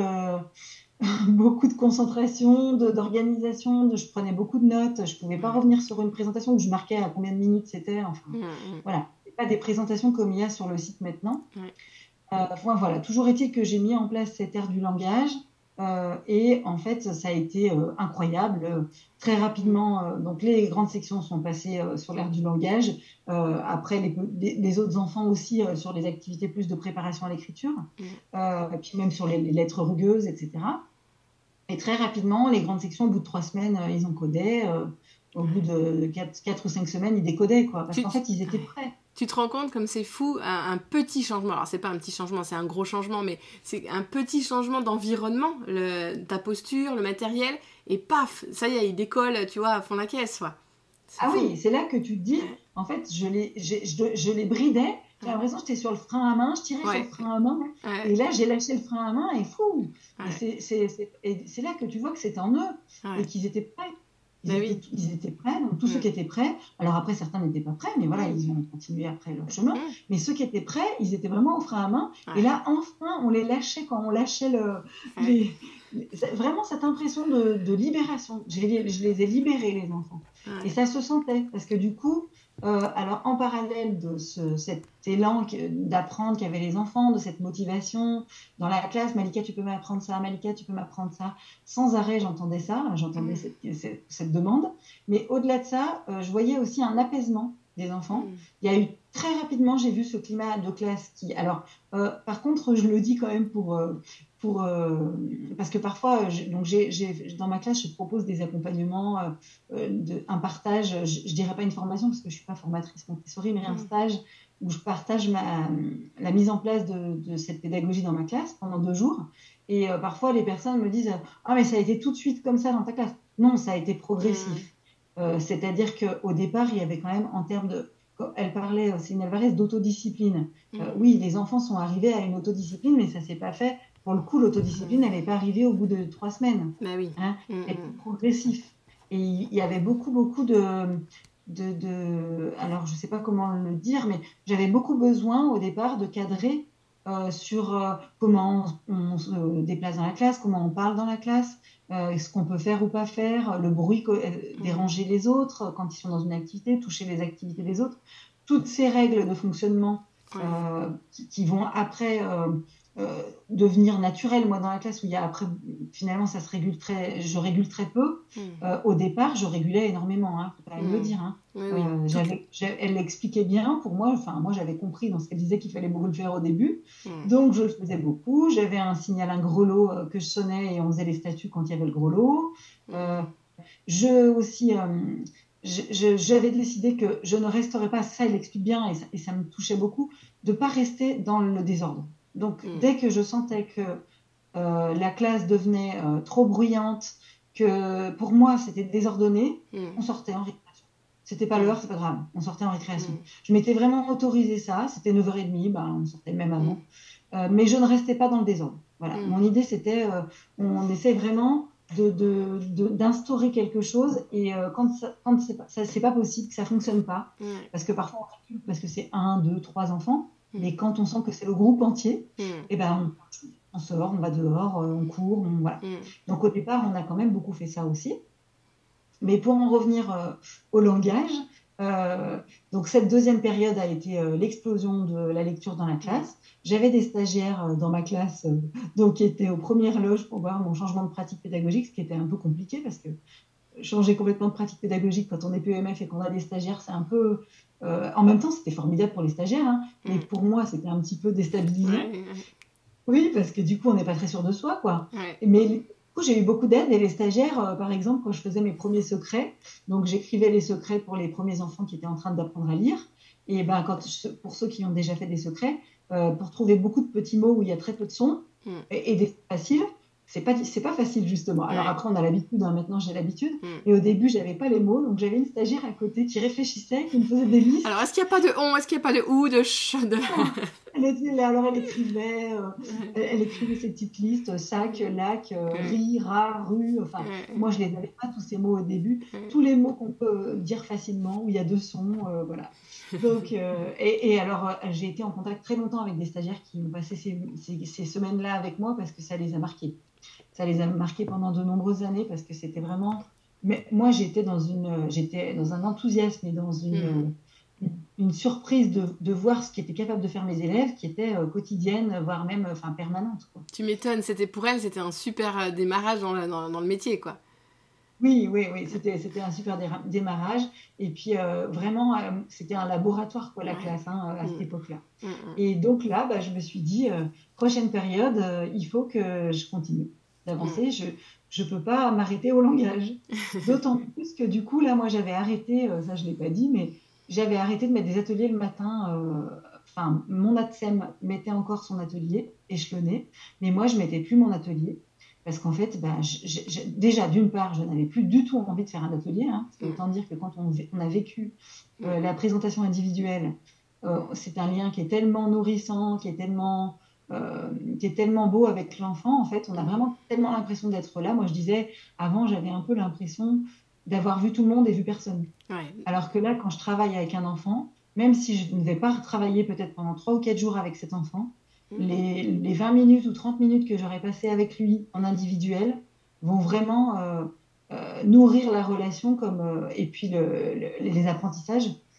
beaucoup de concentration, de, d'organisation. De, je prenais beaucoup de notes. Je pouvais pas Mm. revenir sur une présentation où je marquais à combien de minutes c'était. Enfin Mm, mm. voilà, c'est pas des présentations comme il y a sur le site maintenant. Ouais. Euh, enfin, voilà, toujours est-il que j'ai mis en place cette ère du langage euh, et en fait ça a été euh, incroyable. Euh, très rapidement, euh, donc les grandes sections sont passées euh, sur l'ère du langage. Euh, après les, les, les autres enfants aussi euh, sur les activités plus de préparation à l'écriture, Mm. euh, et puis même sur les, les lettres rugueuses, et cetera. Et très rapidement, les grandes sections, au bout de trois semaines, euh, ils encodaient. Euh, au bout de quatre ou cinq semaines, ils décodaient, quoi, parce Tu- qu'en fait, ils étaient prêts. Tu te rends compte comme c'est fou, un, un petit changement. Alors c'est pas un petit changement, c'est un gros changement, mais c'est un petit changement d'environnement, le, ta posture, le matériel, et paf, ça y est, il décolle, tu vois, à fond la caisse, quoi. C'est Ah fou. oui, c'est là que tu te dis, en fait, je les, j'ai- je, je les bridais. J'ai l'impression que j'étais sur le frein à main, je tirais Ouais. sur le frein à main. Ouais, Et là, j'ai lâché le frein à main et fou. ouais, Et c'est, c'est, c'est, et c'est là que tu vois que c'est en eux ouais. et qu'ils étaient prêts. Ils, Bah étaient, oui. ils étaient prêts, donc tous Mm. ceux qui étaient prêts. Alors après, certains n'étaient pas prêts, mais voilà, Mm. ils ont continué après leur chemin. Mm. Mais ceux qui étaient prêts, ils étaient vraiment au frein à main. Ouais. Et là, enfin, on les lâchait quand on lâchait le, Ouais. les, les- c'est vraiment cette impression de, de libération. Je les, je les ai libérés, les enfants. Ouais. Et ça se sentait, parce que du coup, Euh, alors, en parallèle de ce, cet élan que- d'apprendre qu'avaient les enfants, de cette motivation dans la classe, Malika, tu peux m'apprendre ça, Malika, tu peux m'apprendre ça. Sans arrêt, j'entendais ça, j'entendais Mm. cette, cette- cette demande. Mais au-delà de ça, euh, je voyais aussi un apaisement des enfants. Mm. Il y a eu très rapidement, j'ai vu ce climat de classe qui. Alors, euh, par contre, je le dis quand même pour. euh, pour euh, parce que parfois, je- donc j'ai, j'ai- dans ma classe, je propose des accompagnements. euh, euh, de, un partage, je, je dirais pas une formation parce que je suis pas formatrice Montessori, mais un Mm. stage où je partage ma, la mise en place de, de cette pédagogie dans ma classe pendant deux jours. Et euh, parfois, les personnes me disent ah, mais ça a été tout de suite comme ça dans ta classe. Non, ça a été Mm. progressif. Euh, c'est-à-dire qu'au départ, il y avait quand même, en termes de. Elle parlait, Céline Alvarez, d'autodiscipline. Euh, Mm. oui, les enfants sont arrivés à une autodiscipline, mais ça s'est pas fait. Pour le coup, l'autodiscipline, elle Mm. n'est pas arrivée au bout de trois semaines. Bah oui. Hein. Mm. Elle est Mm. progressif. Et il y avait beaucoup, beaucoup de, de, de- alors je ne sais pas comment le dire, mais j'avais beaucoup besoin au départ de cadrer euh, sur euh, comment on, on se déplace dans la classe, comment on parle dans la classe, euh, ce qu'on peut faire ou pas faire, le bruit, euh, Mm. déranger les autres quand ils sont dans une activité, toucher les activités des autres. Toutes ces règles de fonctionnement Ouais. euh, qui, qui vont après euh, euh, devenir naturelles. Moi, dans la classe où il y a après, finalement, ça se régule très, je régule très peu. Mm. Euh, au départ, je régulais énormément, hein, faut quand même le Mm. dire. Hein. Oui, oui. Euh, Toute... j'avais, j'ai- elle l'expliquait bien pour moi. Enfin, moi, j'avais compris dans ce qu'elle disait qu'il fallait beaucoup le faire au début. Mm. Donc, je le faisais beaucoup. J'avais un signal, un grelot euh, que je sonnais et on faisait les statuts quand il y avait le grelot. Euh, Mm. je aussi, euh, je- je- j'avais décidé que je ne resterais pas, ça il explique bien et ça, et ça me touchait beaucoup, de ne pas rester dans le désordre. Donc, Mm. dès que je sentais que euh, la classe devenait euh, trop bruyante, que pour moi c'était désordonné, Mm. on sortait en récréation. C'était pas Mm. l'heure, c'est pas grave, on sortait en récréation. Mm. Je m'étais vraiment autorisé ça, c'était neuf heures trente, ben, on sortait même Mm. avant. Euh, mais je ne restais pas dans le désordre. Voilà. Mm. Mon idée c'était, euh, on essaie vraiment de, de, de, d'instaurer quelque chose et euh, quand, ça, quand c'est pas, ça, c'est pas possible, que ça fonctionne pas, Mm. parce que parfois on recule parce que c'est un, deux, trois enfants, Mm. mais quand on sent que c'est le groupe entier, Mm. et ben on, on sort, on va dehors, euh, on court, on, voilà. Mm. Donc au départ, on a quand même beaucoup fait ça aussi. Mais pour en revenir euh, au langage, euh, donc cette deuxième période a été euh, l'explosion de la lecture dans la classe. J'avais des stagiaires euh, dans ma classe euh, donc qui étaient aux premières loges pour voir mon changement de pratique pédagogique, ce qui était un peu compliqué parce que changer complètement de pratique pédagogique quand on est P E M F et qu'on a des stagiaires, c'est un peu... Euh, en même temps, c'était formidable pour les stagiaires, hein, mais Mm. pour moi, c'était un petit peu déstabilisant. Ouais. Oui, parce que du coup, on n'est pas très sûr de soi, quoi. Ouais. Mais du coup, j'ai eu beaucoup d'aide et les stagiaires, euh, par exemple, quand je faisais mes premiers secrets, donc j'écrivais les secrets pour les premiers enfants qui étaient en train d'apprendre à lire. Et ben, quand je- pour ceux qui ont déjà fait des secrets, euh, pour trouver beaucoup de petits mots où il y a très peu de sons Mm. et, et des mots faciles, c'est pas, c'est pas facile justement. Alors Ouais. après, on a l'habitude, hein, maintenant j'ai l'habitude. Mm. Et au début, j'avais pas les mots, donc j'avais une stagiaire à côté qui réfléchissait, qui me faisait des listes. Alors, est-ce qu'il n'y a pas de on, est-ce qu'il n'y a pas de ou, de ch, de... Elle était là, alors elle écrivait, euh, Ouais. elle, elle écrivait ses petites listes, sac, lac, euh, Ouais. riz, rat, rue. Enfin, Ouais. moi je les avais pas tous ces mots au début. Ouais. Tous les mots qu'on peut dire facilement, où il y a deux sons, euh, voilà. Donc, euh, et, et alors euh, j'ai été en contact très longtemps avec des stagiaires qui ont passé ces, ces, ces semaines-là avec moi parce que ça les a marqués. Ça les a marqués pendant de nombreuses années parce que c'était vraiment. Mais moi j'étais dans une, j'étais dans un enthousiasme et dans une. Mm. Une surprise de, de voir ce qu'étaient capables de faire mes élèves, qui était euh, quotidienne, voire même enfin, permanente. Quoi. Tu m'étonnes, c'était pour elle, c'était un super euh, démarrage dans le, dans, dans le métier, quoi. Oui, oui, oui, c'était, c'était un super dé- démarrage. Et puis euh, vraiment, euh, c'était un laboratoire, quoi, la Ouais. classe, hein, à cette Mm. époque-là. Mm. Et donc là, bah, je me suis dit, euh, prochaine période, euh, il faut que je continue d'avancer. Je ne peux pas m'arrêter au langage. D'autant plus que du coup, là, moi, j'avais arrêté, euh, ça je ne l'ai pas dit, mais j'avais arrêté de mettre des ateliers le matin. euh, Enfin, mon ATSEM mettait encore son atelier échelonné, mais moi, je ne mettais plus mon atelier. Parce qu'en fait, bah, je- je- je- déjà, d'une part, je n'avais plus du tout envie de faire un atelier. Hein, parce que Mm. autant dire que quand on, vé- on a vécu euh, Mm. la présentation individuelle, euh, c'est un lien qui est tellement nourrissant, qui est tellement, euh, qui est tellement beau avec l'enfant. En fait, on a Mm. vraiment tellement l'impression d'être là. Moi, je disais, avant, j'avais un peu l'impression d'avoir vu tout le monde et vu personne. Ouais. Alors que là, quand je travaille avec un enfant, même si je ne vais pas travailler peut-être pendant trois ou quatre jours avec cet enfant, Mm. les, les vingt minutes ou trente minutes que j'aurais passées avec lui en individuel vont vraiment euh, euh, nourrir la relation comme, euh, et puis le, le- les apprentissages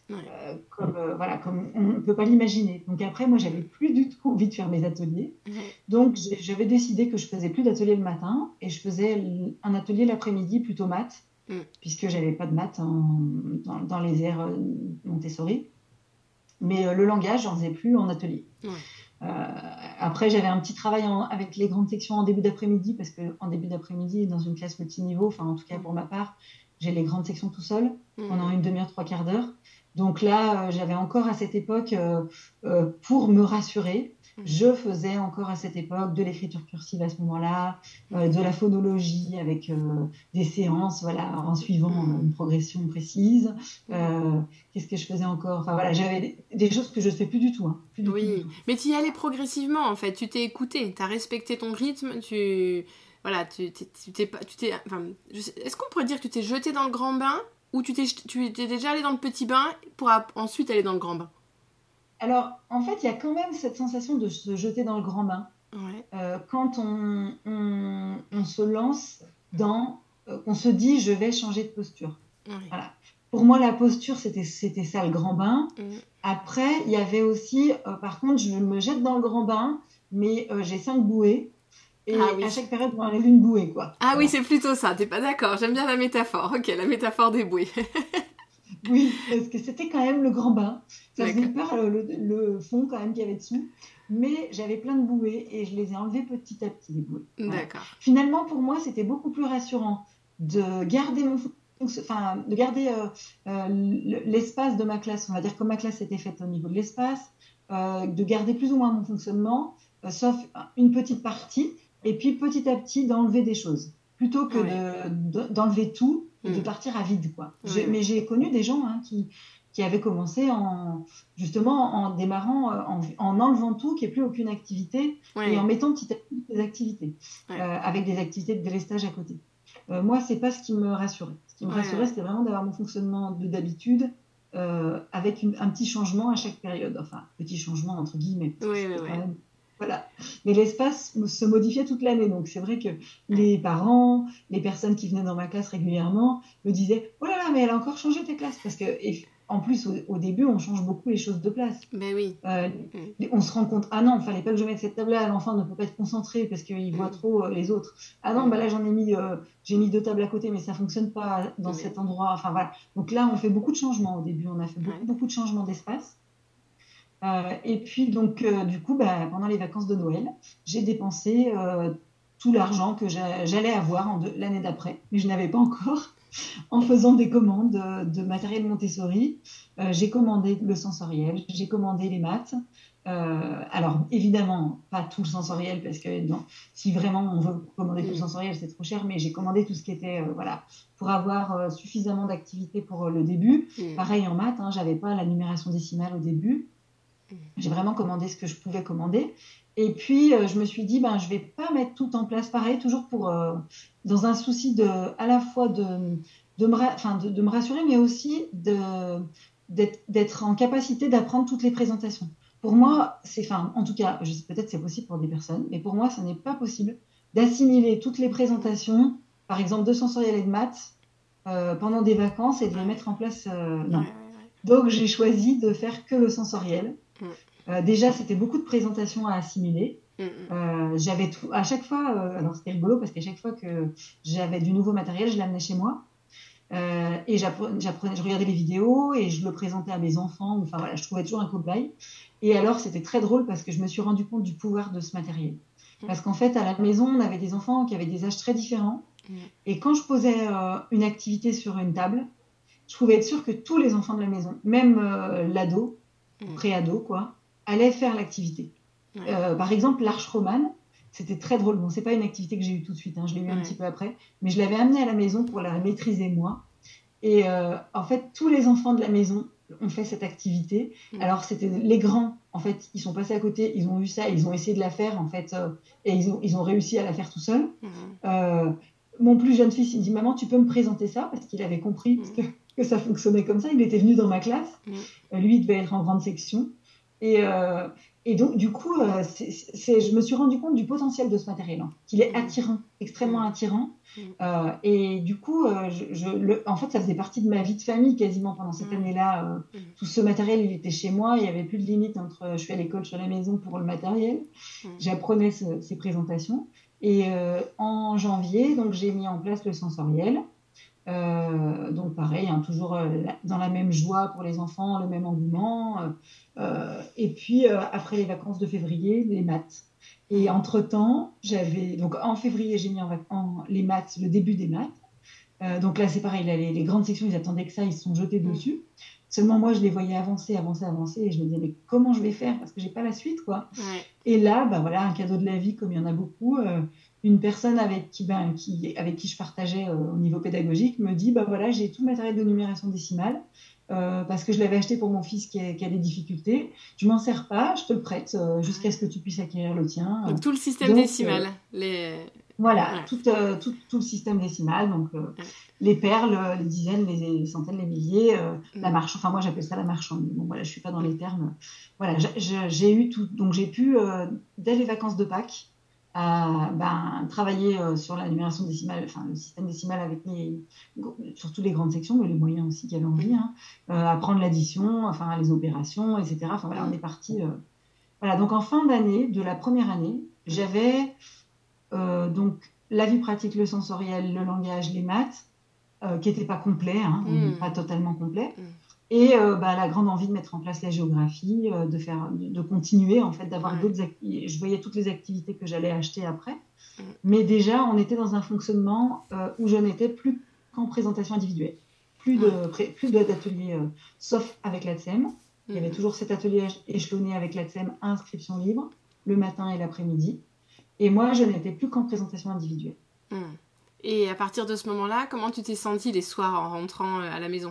Ouais. euh, comme, euh, voilà, comme on ne peut pas l'imaginer. Donc après, moi, j'avais plus du tout envie de faire mes ateliers. Ouais. Donc j'ai- j'avais décidé que je faisais plus d'ateliers le matin et je faisais l- un atelier l'après-midi, plutôt maths, Mm. puisque j'avais pas de maths en- dans, dans les aires euh, Montessori. Mais euh, le langage, j'en faisais plus en atelier. Ouais. Euh, Après, j'avais un petit travail en- avec les grandes sections en début d'après-midi, parce qu'en début d'après-midi, dans une classe multiniveau, enfin en tout cas pour ma part, j'ai les grandes sections tout seul, pendant une demi-heure, trois quarts d'heure. Donc là, euh, j'avais encore à cette époque, euh, euh, pour me rassurer, je faisais encore à cette époque de l'écriture cursive à ce moment-là, euh, de la phonologie avec euh, des séances, voilà, en suivant euh, une progression précise. Euh, Qu'est-ce que je faisais encore? Enfin voilà, j'avais des, des choses que je ne fais plus du tout, hein, plus du tout, du Oui, tout. mais tu y allais progressivement en fait, tu t'es écouté, tu as respecté ton rythme, tu voilà, tu t'es, tu t'es pas tu t'es enfin, je sais- est-ce qu'on pourrait dire que tu t'es jeté dans le grand bain ou tu t'es tu étais déjà allé dans le petit bain pour ap- ensuite aller dans le grand bain? Alors, en fait, il y a quand même cette sensation de se jeter dans le grand bain Ouais. euh, quand on, on, on se lance dans, euh, on se dit, je vais changer de posture. Ouais. Voilà. Pour moi, la posture, c'était, c'était ça, le grand bain. Mm. Après, il y avait aussi, euh, par contre, je me jette dans le grand bain, mais euh, j'ai cinq bouées. Ah Et oui. à chaque période, on enlève une bouée, quoi. Ah oui, Voilà. c'est plutôt ça, t'es pas d'accord, j'aime bien la métaphore. OK, la métaphore des bouées. Oui, parce que c'était quand même le grand bain. Ça faisait D'accord. peur le, le, le fond quand même qu'il y avait dessous. Mais j'avais plein de bouées et je les ai enlevées petit à petit, les bouées. Voilà. D'accord. Finalement, pour moi, c'était beaucoup plus rassurant de garder mon enfin, de garder euh, euh, l'espace de ma classe. On va dire que ma classe était faite au niveau de l'espace, euh, de garder plus ou moins mon fonctionnement, euh, sauf une petite partie, et puis petit à petit d'enlever des choses, plutôt que Ouais. de, de, d'enlever tout et de Mm. partir à vide, quoi. Ouais, J'ai- ouais. Mais j'ai connu des gens hein, qui, qui avaient commencé en, justement en démarrant, euh, en, en enlevant tout, qui n'y ait plus aucune activité, et en Ouais. mettant petit à petit des activités, Ouais. euh, avec des activités de délestage à côté. Euh, moi, c'est pas ce qui me rassurait. Ce qui me Ouais, rassurait, ouais. c'était vraiment d'avoir mon fonctionnement de d'habitude, euh, avec une- un petit changement à chaque période. Enfin, petit changement entre guillemets, parce que Ouais, ouais, c'était quand ouais. même. Voilà. Mais l'espace se modifiait toute l'année. Donc, c'est vrai que Ouais. les parents, les personnes qui venaient dans ma classe régulièrement me disaient: oh là là, mais elle a encore changé ta classe. Parce que, et, en plus, au, au début, on change beaucoup les choses de place. Ben oui. Euh, Mm. on se rend compte, ah non, il fallait pas que je mette cette table-là, l'enfant ne peut pas être concentré parce qu'il voit Mm. trop euh, les autres. Ah non, Mm. bah là j'en ai mis, euh, j'ai mis deux tables à côté, mais ça fonctionne pas dans Mais cet oui. endroit. Enfin voilà. Donc là, on fait beaucoup de changements au début, on a fait beaucoup, Ouais. beaucoup de changements d'espace. Euh, et puis donc, euh, du coup, bah, pendant les vacances de Noël, j'ai dépensé euh, tout l'argent que j'a- j'allais avoir en deux- l'année d'après, mais je n'avais pas encore, en faisant des commandes de, de matériel Montessori. Euh, j'ai commandé le sensoriel, j'ai commandé les maths. Euh, alors, évidemment, pas tout le sensoriel, parce que non, si vraiment on veut commander tout le Mm. sensoriel, c'est trop cher, mais j'ai commandé tout ce qui était, euh, voilà, pour avoir euh, suffisamment d'activité pour euh, le début. Mm. Pareil en maths, hein, j'avais pas la numération décimale au début. J'ai vraiment commandé ce que je pouvais commander. Et puis, euh, je me suis dit, ben, je vais pas mettre tout en place pareil, toujours pour, euh, dans un souci de, à la fois de, de, me, ra- enfin, de, de me rassurer, mais aussi de, d'être, d'être en capacité d'apprendre toutes les présentations. Pour moi, c'est, enfin, en tout cas, je sais, peut-être c'est possible pour des personnes, mais pour moi, ce n'est pas possible d'assimiler toutes les présentations, par exemple de sensoriel et de maths, euh, pendant des vacances et de les Ouais. mettre en place. Euh, Ouais, non. ouais, Donc, j'ai choisi de faire que le sensoriel. ouais. Euh, déjà, c'était beaucoup de présentations à assimiler. Mm. Mm. Euh, j'avais tout, à chaque fois, euh, alors c'était rigolo parce qu'à chaque fois que j'avais du nouveau matériel, je l'amenais chez moi. Euh, et j'apprenais, j'apprenais, je regardais les vidéos et je le présentais à mes enfants. Enfin voilà, je trouvais toujours un cobaye. Et alors, c'était très drôle parce que je me suis rendu compte du pouvoir de ce matériel. Parce qu'en fait, à la maison, on avait des enfants qui avaient des âges très différents. Mm. Et quand je posais euh, une activité sur une table, je pouvais être sûre que tous les enfants de la maison, même euh, l'ado, Mm. pré-ado, quoi, allaient faire l'activité. Ouais. Euh, par exemple, l'arche romane, c'était très drôle. Bon, c'est pas une activité que j'ai eue tout de suite, hein, je l'ai eue un Ouais. petit peu après, mais je l'avais amenée à la maison pour la maîtriser moi. Et euh, en fait, tous les enfants de la maison ont fait cette activité. Mm. Alors, c'était les grands, en fait, ils sont passés à côté, ils ont vu ça, ils ont essayé de la faire, en fait, euh, et ils ont, ils ont réussi à la faire tout seuls. Mm. Euh, mon plus jeune fils, il me dit: maman, tu peux me présenter ça? Parce qu'il avait compris Mm. que, que ça fonctionnait comme ça. Il était venu dans ma classe. Mm. Euh, lui, il devait être en grande section. Et, euh, et donc, du coup, euh, c'est, c'est, je me suis rendu compte du potentiel de ce matériel, hein, qu'il est attirant, extrêmement attirant. Euh, et du coup, euh, je, je, le, en fait, ça faisait partie de ma vie de famille quasiment pendant cette année-là. Euh, tout ce matériel, il était chez moi. Il n'y avait plus de limite entre je suis à l'école, je suis à la maison pour le matériel. J'apprenais ce, ces présentations. Et euh, en janvier, donc, j'ai mis en place le sensoriel. Euh, donc pareil, hein, toujours euh, dans la même joie pour les enfants, le même engouement. Euh, euh, et puis euh, après les vacances de février, les maths. Et entre-temps, j'avais donc en février, j'ai mis en, en les maths, le début des maths. Euh, donc là, c'est pareil, là, les, les grandes sections, ils attendaient que ça, ils se sont jetés dessus. Seulement moi, je les voyais avancer, avancer, avancer, et je me disais mais comment je vais faire parce que j'ai pas la suite, quoi. Ouais. Et là, bah voilà, un cadeau de la vie comme il y en a beaucoup. Euh, une personne avec qui, ben, qui, avec qui je partageais euh, au niveau pédagogique me dit bah voilà, j'ai tout le matériel de numération décimale euh, parce que je l'avais acheté pour mon fils qui a, qui a des difficultés. Je m'en sers pas, je te le prête euh, jusqu'à ce que tu puisses acquérir le tien. Donc tout le système donc, décimal, euh, les... Voilà, ouais. tout, euh, tout, tout le système décimal, donc euh, ouais. les perles, les dizaines, les, les centaines, les milliers, euh, mm. la marche, enfin moi j'appelle ça la marchande, bon voilà, je suis pas dans les termes. Voilà, j'ai eu tout, donc j'ai pu, euh, dès les vacances de Pâques, euh, ben, travailler euh, sur la numération décimale, enfin le système décimal avec les, surtout les grandes sections, mais les moyens aussi qui avaient envie, hein, euh, apprendre l'addition, enfin les opérations, et cetera. Enfin voilà, on est parti. Euh, voilà, donc en fin d'année, de la première année, j'avais Euh, donc, la vie pratique, le sensoriel, le langage, les maths, euh, qui n'étaient pas complets, hein, mmh. pas totalement complets. Mmh. Et euh, bah, la grande envie de mettre en place la géographie, euh, de, faire, de, de continuer, en fait, d'avoir ouais. d'autres activités. Je voyais toutes les activités que j'allais acheter après. Mmh. Mais déjà, on était dans un fonctionnement euh, où je n'étais plus qu'en présentation individuelle. Plus de, mmh. plus d'ateliers, euh, sauf avec l'A T S E M. Mmh. Il y avait toujours cet atelier échelonné avec l'A T S E M, inscription libre, le matin et l'après-midi. Et moi, je n'étais plus qu'en présentation individuelle. Mmh. Et à partir de ce moment-là, comment tu t'es sentie les soirs en rentrant à la maison ?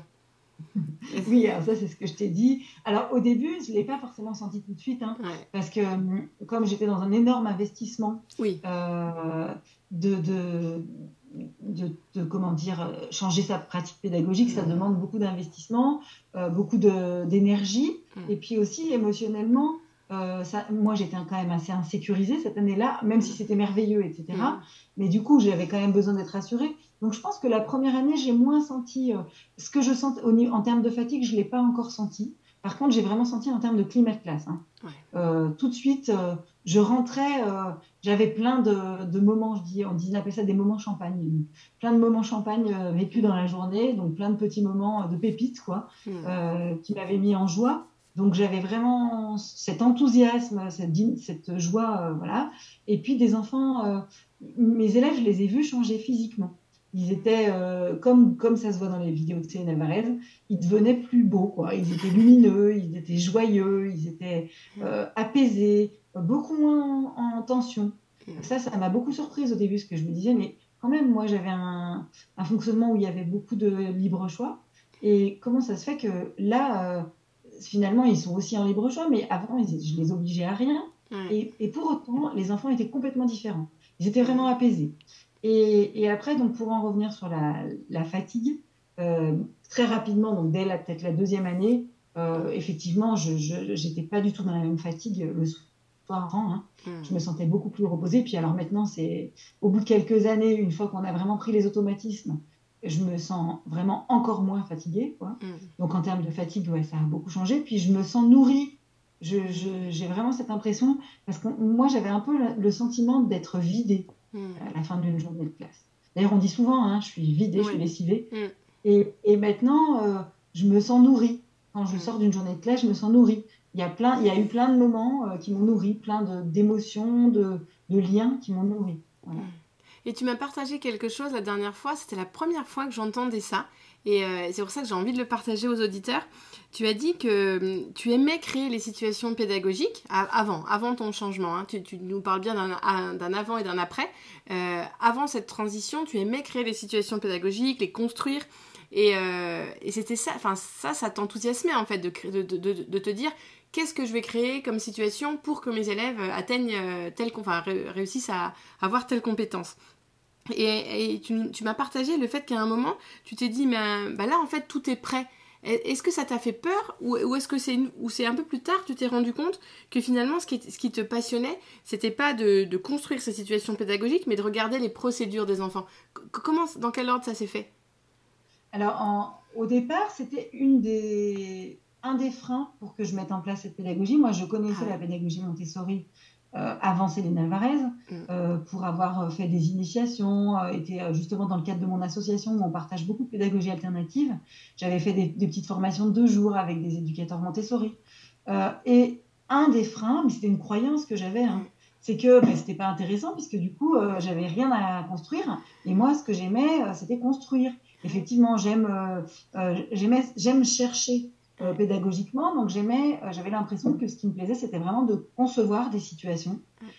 Oui, alors ça, c'est ce que je t'ai dit. Alors, au début, je ne l'ai pas forcément senti tout de suite, hein, ouais. parce que comme j'étais dans un énorme investissement oui. euh, de, de, de, de, comment dire, changer sa pratique pédagogique, mmh. ça demande beaucoup d'investissement, euh, beaucoup de, d'énergie, mmh. et puis aussi émotionnellement, Euh, ça, moi, j'étais quand même assez insécurisée cette année-là, même si c'était merveilleux, et cetera. Mmh. Mais du coup, j'avais quand même besoin d'être rassurée. Donc, je pense que la première année, j'ai moins senti euh, ce que je sens au, en termes de fatigue, je ne l'ai pas encore senti. Par contre, j'ai vraiment senti en termes de climat de classe. Hein. Ouais. Euh, tout de suite, euh, je rentrais, euh, j'avais plein de, de moments, je dis, on, dit, on appelle ça des moments champagne. Plein de moments champagne euh, vécus dans la journée, donc plein de petits moments de pépites, quoi, mmh. euh, qui m'avaient mis en joie. Donc, j'avais vraiment cet enthousiasme, cette, cette joie, euh, voilà. Et puis, des enfants, euh, mes élèves, je les ai vus changer physiquement. Ils étaient, euh, comme, comme ça se voit dans les vidéos de Céline Alvarez, ils devenaient plus beaux, quoi. Ils étaient lumineux, ils étaient joyeux, ils étaient euh, apaisés, beaucoup moins en, en tension. Ça, ça m'a beaucoup surprise au début, parce que je me disais, mais quand même, moi, j'avais un, un fonctionnement où il y avait beaucoup de libre choix. Et comment ça se fait que là... Euh, finalement, ils sont aussi en libre choix, mais avant, ils, je les obligeais à rien. Mmh. Et, et pour autant, les enfants étaient complètement différents. Ils étaient vraiment apaisés. Et, et après, donc, pour en revenir sur la, la fatigue, euh, très rapidement, donc dès la, peut-être la deuxième année, euh, effectivement, je n'étais pas du tout dans la même fatigue le soir. Hein. Mmh. Je me sentais beaucoup plus reposée. Puis alors maintenant, c'est au bout de quelques années, une fois qu'on a vraiment pris les automatismes, je me sens vraiment encore moins fatiguée, quoi. Mmh. Donc, en termes de fatigue, ouais, ça a beaucoup changé. Puis, je me sens nourrie. Je, je, j'ai vraiment cette impression, parce que moi, j'avais un peu le sentiment d'être vidée mmh. à la fin d'une journée de classe. D'ailleurs, on dit souvent, hein, je suis vidée, oui. je suis lessivée. Mmh. Et, et maintenant, euh, je me sens nourrie. Quand je sors d'une journée de classe, je me sens nourrie. Il y a, plein, il y a eu plein de moments euh, qui m'ont nourrie, plein de, d'émotions, de, de liens qui m'ont nourrie. Voilà. Mmh. Et tu m'as partagé quelque chose la dernière fois, c'était la première fois que j'entendais ça, et euh, c'est pour ça que j'ai envie de le partager aux auditeurs. Tu as dit que tu aimais créer les situations pédagogiques avant, avant ton changement, hein. tu, tu nous parles bien d'un, d'un avant et d'un après. Euh, avant cette transition, tu aimais créer les situations pédagogiques, les construire, et, euh, et c'était ça, enfin ça, ça t'enthousiasmait en fait de, de, de, de, de te dire... Qu'est-ce que je vais créer comme situation pour que mes élèves atteignent telle, enfin, réussissent à avoir telle compétence. Et, et tu, tu m'as partagé le fait qu'à un moment, tu t'es dit, mais, bah là, en fait, tout est prêt. Est-ce que ça t'a fait peur ou, ou est-ce que c'est, une, ou c'est un peu plus tard que tu t'es rendu compte que finalement ce qui, ce qui te passionnait, c'était pas de, de construire ces situations pédagogiques, mais de regarder les procédures des enfants? Comment, dans quel ordre ça s'est fait? Alors, en, au départ, c'était une des, un des freins pour que je mette en place cette pédagogie. Moi, je connaissais Ah. la pédagogie Montessori euh, avant Céline Alvarez, Mm. euh, pour avoir fait des initiations, euh, était justement dans le cadre de mon association où on partage beaucoup de pédagogie alternative. J'avais fait des, des petites formations de deux jours avec des éducateurs Montessori. Euh, et un des freins, mais c'était une croyance que j'avais, hein, c'est que ben, c'était pas intéressant puisque du coup, euh, j'avais rien à construire. Et moi, ce que j'aimais, euh, c'était construire. Effectivement, j'aime, euh, euh, j'aimais, j'aime chercher euh, pédagogiquement, donc j'aimais, euh, j'avais l'impression que ce qui me plaisait, c'était vraiment de concevoir des situations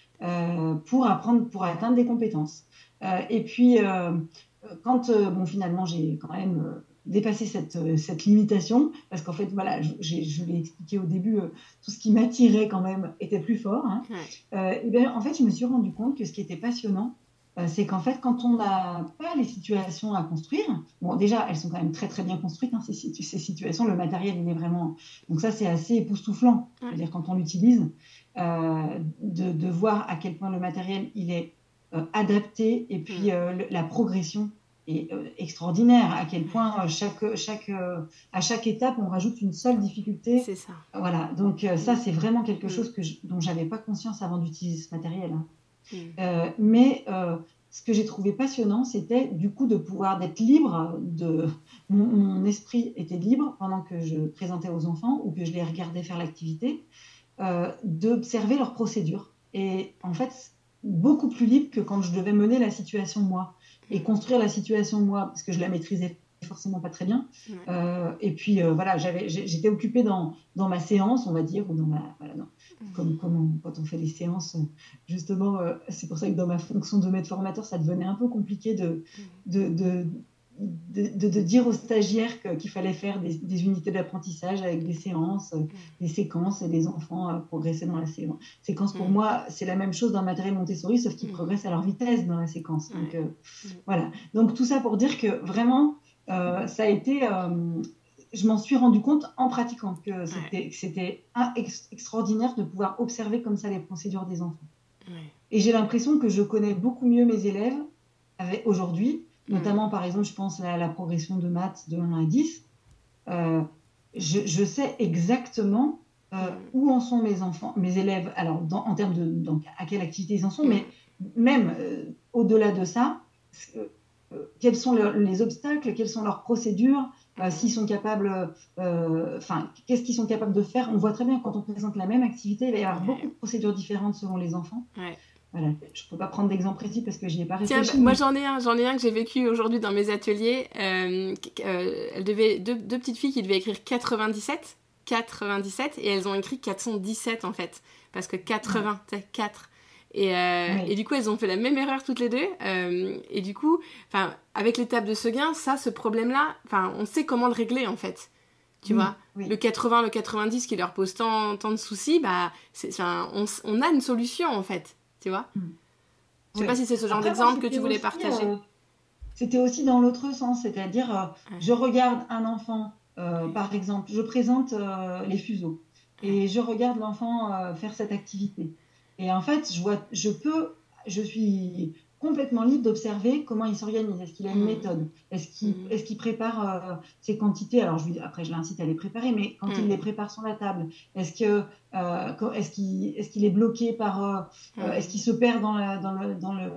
euh, pour apprendre, pour atteindre des compétences. Euh, et puis, euh, quand, euh, bon, finalement, j'ai quand même euh, dépassé cette, euh, cette limitation, parce qu'en fait, voilà, je, je l'ai expliqué au début, euh, tout ce qui m'attirait quand même était plus fort. Hein. Ouais. Euh, et bien, en fait, je me suis rendu compte que ce qui était passionnant, c'est qu'en fait, quand on n'a pas les situations à construire, bon, déjà, elles sont quand même très, très bien construites, hein, ces, ces situations, le matériel, il est vraiment... Donc ça, c'est assez époustouflant, ouais. C'est-à-dire quand on l'utilise, euh, de, de voir à quel point le matériel, il est euh, adapté, et puis euh, le, la progression est euh, extraordinaire, à quel point euh, chaque, chaque, euh, à chaque étape, on rajoute une seule difficulté. C'est ça. Voilà, donc euh, ça, c'est vraiment quelque chose que je, dont je n'avais pas conscience avant d'utiliser ce matériel, hein. Mmh. Euh, mais euh, ce que j'ai trouvé passionnant, c'était du coup de pouvoir d'être libre, de... mon, mon esprit était libre pendant que je présentais aux enfants ou que je les regardais faire l'activité, euh, d'observer leurs procédures. Et en fait, beaucoup plus libre que quand je devais mener la situation moi et construire la situation moi, parce que je la maîtrisais forcément pas très bien. Ouais. Euh, et puis euh, voilà, j'avais, j'étais occupée dans, dans ma séance, on va dire, ou dans ma, voilà, non, comme, comme on, quand on fait des séances, justement, euh, c'est pour ça que dans ma fonction de maître formateur, ça devenait un peu compliqué de, de, de, de, de, de dire aux stagiaires que, qu'il fallait faire des, des unités d'apprentissage avec des séances, des séquences, et les enfants euh, progressaient dans la séance. Séquence, pour moi, c'est la même chose dans le matériel Montessori, sauf qu'ils progressent à leur vitesse dans la séquence. Donc, euh, voilà. Donc, tout ça pour dire que vraiment, Euh, ça a été, euh, je m'en suis rendu compte en pratiquant que c'était, ouais. que c'était un, ex, extraordinaire de pouvoir observer comme ça les procédures des enfants. Ouais. Et j'ai l'impression que je connais beaucoup mieux mes élèves avec, aujourd'hui, notamment mmh. par exemple, je pense à la progression de maths de un à dix. Euh, je, je sais exactement euh, mmh. où en sont mes enfants, mes élèves, alors dans, en termes de donc, à quelle activité ils en sont, mmh. mais même euh, au-delà de ça, euh, quels sont le, les obstacles, quelles sont leurs procédures, euh, s'ils sont capables, euh, enfin, qu'est-ce qu'ils sont capables de faire. On voit très bien quand on présente la même activité, il va y avoir ouais. beaucoup de procédures différentes selon les enfants. Ouais. Voilà. Je ne peux pas prendre d'exemple précis parce que je n'y ai pas réfléchi. Tiens, bah, mais... Moi, j'en ai un, j'en ai un que j'ai vécu aujourd'hui dans mes ateliers. Euh, euh, elle devait, deux, deux petites filles qui devaient écrire quatre-vingt-dix-sept, quatre-vingt-dix-sept, et elles ont écrit quatre cent dix-sept en fait, parce que quatre-vingts, ouais. c'est quatre. Et, euh, oui. et du coup, elles ont fait la même erreur toutes les deux. Euh, et du coup, avec l'étape de Seguin, ça, ce problème-là, on sait comment le régler, en fait. Tu oui, vois oui. Le quatre-vingts, le quatre-vingt-dix qui leur pose tant, tant de soucis, bah, c'est, on, on a une solution, en fait. Tu vois mm. Je sais oui. pas si c'est ce genre Après, d'exemple moi, que tu voulais aussi, partager. Euh, c'était aussi dans l'autre sens, c'est-à-dire, euh, ouais. je regarde un enfant, euh, par exemple, je présente euh, les fuseaux, et ouais. je regarde l'enfant euh, faire cette activité. Et en fait, je vois, je peux, je suis complètement libre d'observer comment il s'organise. Est-ce qu'il a une mmh. méthode ? Est-ce qu'il, mmh. est-ce qu'il prépare euh, ses quantités ? Alors, je lui, après, je l'incite à les préparer, mais quand mmh. il les prépare sur la table, est-ce que, euh, est-ce qu'il, est-ce qu'il est bloqué par, euh, mmh. est-ce qu'il se perd dans la, dans le, dans le,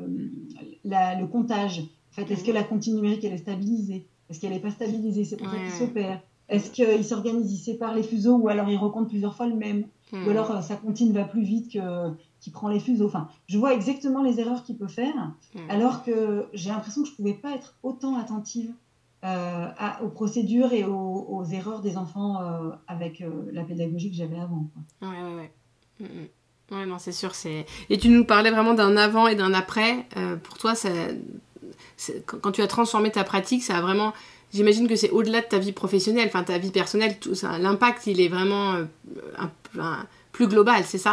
la, le comptage ? En fait, est-ce que la comptine numérique elle est stabilisée ? Est-ce qu'elle n'est pas stabilisée ? C'est pour ça qu'il se perd. Est-ce qu'il s'organise, il sépare les fuseaux ou alors il recompte plusieurs fois le même ? Mmh. Ou alors sa comptine va plus vite que qu'il prend les fuseaux. Enfin, je vois exactement les erreurs qu'il peut faire, mmh. alors que j'ai l'impression que je pouvais pas être autant attentive euh, à, aux procédures et aux, aux erreurs des enfants euh, avec euh, la pédagogie que j'avais avant. Quoi. Ouais, ouais, ouais. Mmh. Ouais, non, c'est sûr. C'est... Et tu nous parlais vraiment d'un avant et d'un après. Euh, pour toi, ça, c'est... quand tu as transformé ta pratique, ça a vraiment... J'imagine que c'est au-delà de ta vie professionnelle, enfin ta vie personnelle, tout ça, l'impact il est vraiment euh, un, un, plus global, c'est ça ?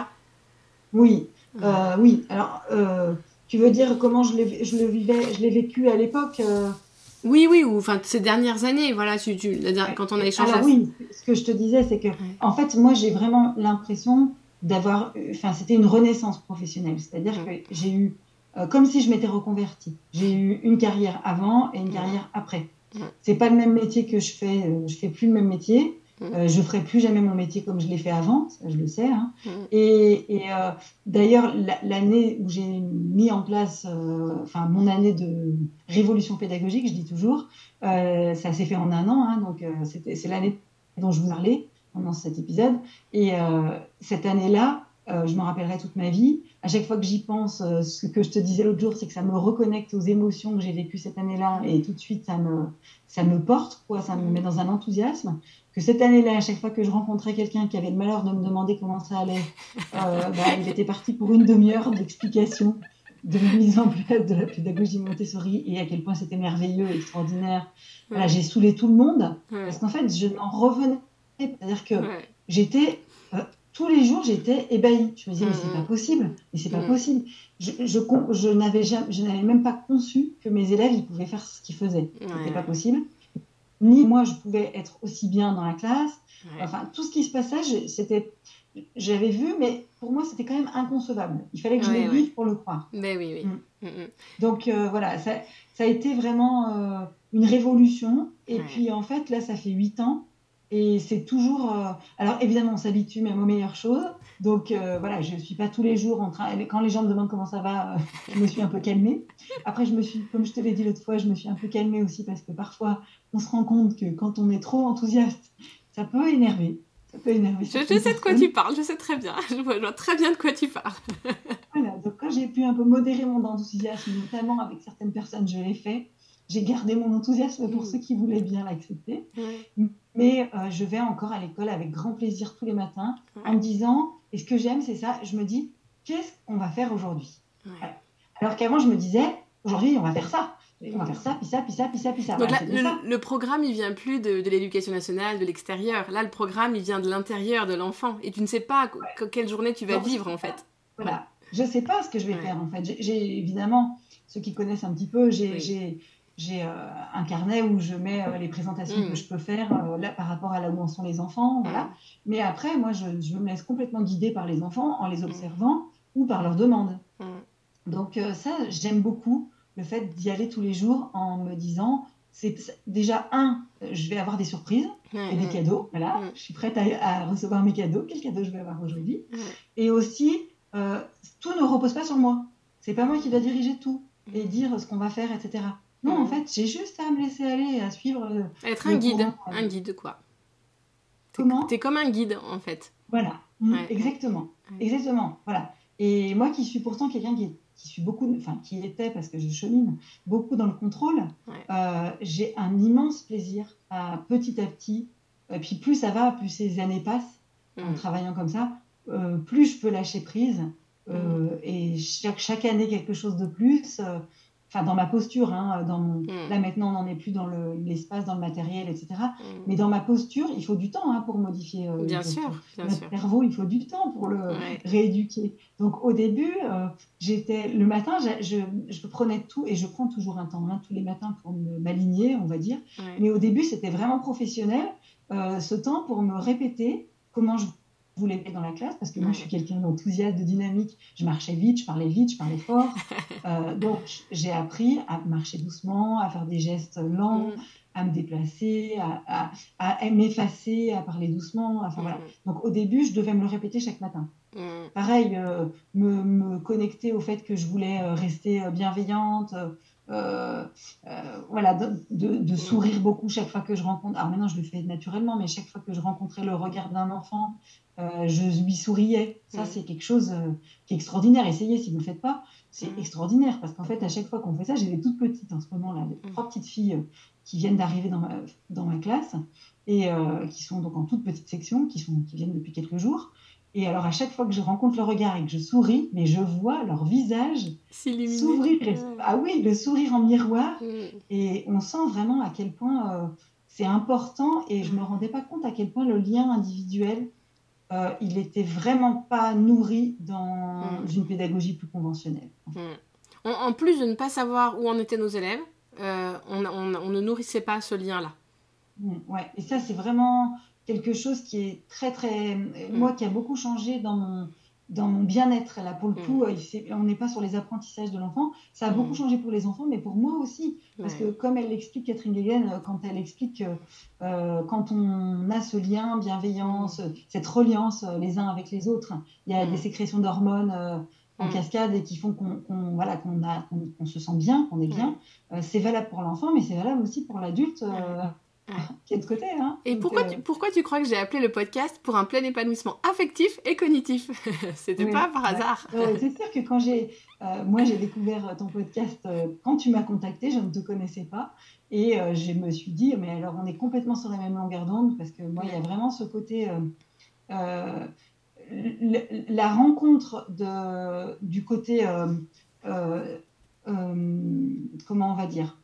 Oui, euh, oui. Alors, euh, tu veux dire comment je, l'ai, je le vivais, je l'ai vécu à l'époque euh, Oui, oui, ou enfin ces dernières années, voilà, tu, tu, la, Ouais. quand on a échangé. Alors oui, ce que je te disais, c'est que, Ouais. en fait, moi, j'ai vraiment l'impression d'avoir, enfin, c'était une renaissance professionnelle. C'est-à-dire Mm. que j'ai eu, euh, comme si je m'étais reconvertie. J'ai eu une carrière avant et une carrière après. Mm. C'est pas le même métier que je fais. euh, Je fais plus le même métier. Mm. Euh, je ferai plus jamais mon métier comme je l'ai fait avant. Ça, je le sais. Hein. Mm. Et, et euh, d'ailleurs, la- l'année où j'ai mis en place, euh, enfin, mon année de révolution pédagogique, je dis toujours. Euh, ça s'est fait en un an, hein, donc euh, c'était, c'est l'année dont je vous parlais pendant cet épisode. Et euh, cette année-là, euh, je me rappellerai toute ma vie. À chaque fois que j'y pense, euh, ce que je te disais l'autre jour, c'est que ça me reconnecte aux émotions que j'ai vécues cette année-là, et tout de suite, ça me, ça me porte, quoi, ça me met dans un enthousiasme. Que cette année-là, à chaque fois que je rencontrais quelqu'un qui avait le malheur de me demander comment ça allait, euh, bah, il était parti pour une demi-heure d'explication de mise en place de la pédagogie Montessori et à quel point c'était merveilleux, extraordinaire. Voilà, Ouais. j'ai saoulé tout le monde Ouais. parce qu'en fait, je n'en revenais pas. C'est-à-dire que Ouais. j'étais, euh, tous les jours, j'étais ébahie. Je me disais, mais c'est Mm. pas possible, mais c'est pas Mm. possible. Je, je, je n'avais jamais, je n'avais même pas conçu que mes élèves, ils pouvaient faire ce qu'ils faisaient. Ouais, C'était pas ouais. possible. Ni moi, je pouvais être aussi bien dans la classe. Ouais. Enfin, tout ce qui se passait, je- c'était, j'avais vu, mais pour moi, c'était quand même inconcevable. Il fallait que je Ouais, le ouais. vive pour le croire. Ben oui, oui. Mm. Mm, mm. Donc euh, voilà, ça, ça a été vraiment euh, une révolution. Et Ouais. puis en fait, là, ça fait huit ans. Et c'est toujours. euh, Alors évidemment, on s'habitue même aux meilleures choses. Donc euh, voilà, je ne suis pas tous les jours en train. Quand les gens me demandent comment ça va, euh, je me suis un peu calmée. Après, je me suis, comme je te l'ai dit l'autre fois, je me suis un peu calmée aussi parce que parfois, on se rend compte que quand on est trop enthousiaste, ça peut énerver. Ça peut énerver Je, je certaines sais de quoi personnes. tu parles, je sais très bien. Je vois, je vois très bien de quoi tu parles. Voilà, donc quand j'ai pu un peu modérer mon enthousiasme, notamment avec certaines personnes, je l'ai fait. J'ai gardé mon enthousiasme pour Mm. ceux qui voulaient bien l'accepter. Ouais. Mais euh, je vais encore à l'école avec grand plaisir tous les matins en Ouais. me disant, et ce que j'aime, c'est ça, je me dis, qu'est-ce qu'on va faire aujourd'hui? Ouais. Voilà. Alors qu'avant, je me disais, aujourd'hui, on va faire ça. On va faire ça, puis ça, puis ça, puis ça, puis ça. Donc Voilà, là, c'était ça. le, le programme, il vient plus de, de l'éducation nationale, de l'extérieur. Là, le programme, il vient de l'intérieur de l'enfant. Et tu ne sais pas que- que- quelle journée tu vas Donc, vivre, en fait. voilà. Je ne sais pas ce que je vais Ouais. faire, en fait. J'ai, j'ai- évidemment, ceux qui connaissent un petit peu, j'ai, Oui. j'ai, j'ai euh, un carnet où je mets euh, les présentations Mm. que je peux faire euh, là, par rapport à là où en sont les enfants. Voilà. Mm. Mais après, moi, je, je me laisse complètement guider par les enfants en les observant ou par leurs demandes. Mm. Donc euh, ça, j'aime beaucoup le fait d'y aller tous les jours en me disant, c'est c'est- déjà un, euh, je vais avoir des surprises Ouais, et des ouais. cadeaux. Voilà, Mm. je suis prête à, à recevoir mes cadeaux. Quel cadeau je vais avoir aujourd'hui? Ouais. Et aussi, euh, tout ne repose pas sur moi. C'est pas moi qui dois diriger tout et Mm. dire ce qu'on va faire, et cetera. Non, Mm. en fait, j'ai juste à me laisser aller et à suivre euh, Être le un guide. courant. Un guide, quoi. T'es, Comment? t'es comme un guide, en fait. Voilà, Mm, Ouais, exactement, ouais. exactement, voilà. Et moi qui suis pourtant quelqu'un qui, qui suis beaucoup, enfin qui était, parce que je chemine, beaucoup dans le contrôle, Ouais. euh, j'ai un immense plaisir à petit à petit, et puis plus ça va, plus ces années passent en Mm. travaillant comme ça, euh, plus je peux lâcher prise, euh, et chaque, chaque année quelque chose de plus, euh, enfin dans ma posture, hein, dans mon, Mm. là maintenant on n'en est plus dans le- l'espace, dans le matériel, et cetera. Mm. Mais dans ma posture, il faut du temps hein, pour modifier euh, une Bien posture. sûr, bien Notre sûr. cerveau, il faut du temps pour le Ouais. rééduquer. Donc au début, euh, j'étais le matin, je, je, je prenais tout et je prends toujours un temps hein, tous les matins pour me- m'aligner, on va dire. Ouais. Mais au début, c'était vraiment professionnel, euh, ce temps pour me répéter comment je voulais être dans la classe, parce que moi, Ouais. je suis quelqu'un d'enthousiaste, de dynamique. Je marchais vite, je parlais vite, je parlais fort. Euh, donc j'ai appris à marcher doucement, à faire des gestes lents, Mm. à me déplacer, à, à, à m'effacer, à parler doucement. Enfin voilà. Mm. Donc au début, je devais me le répéter chaque matin. Mm. Pareil, euh, me, me connecter au fait que je voulais euh, rester euh, bienveillante, euh, euh, voilà, de, de, de sourire beaucoup chaque fois que je rencontre. Alors maintenant, je le fais naturellement, mais chaque fois que je rencontrais le regard d'un enfant, euh, je lui souriais. Ça, Mm. c'est quelque chose euh, qui est extraordinaire. Essayez si vous ne le faites pas. C'est Mm. extraordinaire parce qu'en fait, à chaque fois qu'on fait ça, j'ai des toutes petites en ce moment là, des Mm. trois petites filles euh, qui viennent d'arriver dans ma, dans ma classe et euh, qui sont donc en toute petite section, qui, sont, qui viennent depuis quelques jours. Et alors, à chaque fois que je rencontre le regard et que je souris, mais je vois leur visage S'illuminer. s'ouvrir. Et- Ouais. Ah oui, le sourire en miroir. Mm. Et on sent vraiment à quel point euh, c'est important. Et je ne me rendais pas compte à quel point le lien individuel, euh, il n'était vraiment pas nourri dans Mm. une pédagogie plus conventionnelle. Mm. En, en plus de ne pas savoir où en étaient nos élèves, euh, on, on, on ne nourrissait pas ce lien-là. Mmh, ouais. Et ça, c'est vraiment quelque chose qui est très, très... Mm. Moi, qui a beaucoup changé dans mon, dans mon bien-être. Là, pour le coup, Mm. il s'est- on n'est pas sur les apprentissages de l'enfant. Ça a Mm. beaucoup changé pour les enfants, mais pour moi aussi. Parce que Ouais. comme elle l'explique, Catherine Guéguen, quand elle explique que euh, quand on a ce lien bienveillant, Mm. ce- cette reliance euh, les uns avec les autres, il y a Mm. des sécrétions d'hormones euh, en Mm. cascade et qui font qu'on qu'on- voilà, qu'on a, qu'on, qu'on se sent bien, qu'on est bien. Ouais. Euh, c'est valable pour l'enfant, mais c'est valable aussi pour l'adulte. Ouais. euh, Ouais. qui est de côté, hein. Et Donc, pourquoi, euh, tu, pourquoi tu crois que j'ai appelé le podcast pour un plein épanouissement affectif et cognitif? C'était oui, pas par ouais. hasard. Euh, c'est sûr que quand j'ai, euh, moi j'ai découvert ton podcast euh, quand tu m'as contacté, je ne te connaissais pas et euh, je me suis dit, mais alors on est complètement sur la même longueur d'onde parce que moi il y a vraiment ce côté, euh, euh, le- la rencontre de, du côté, euh, euh, euh, comment on va dire,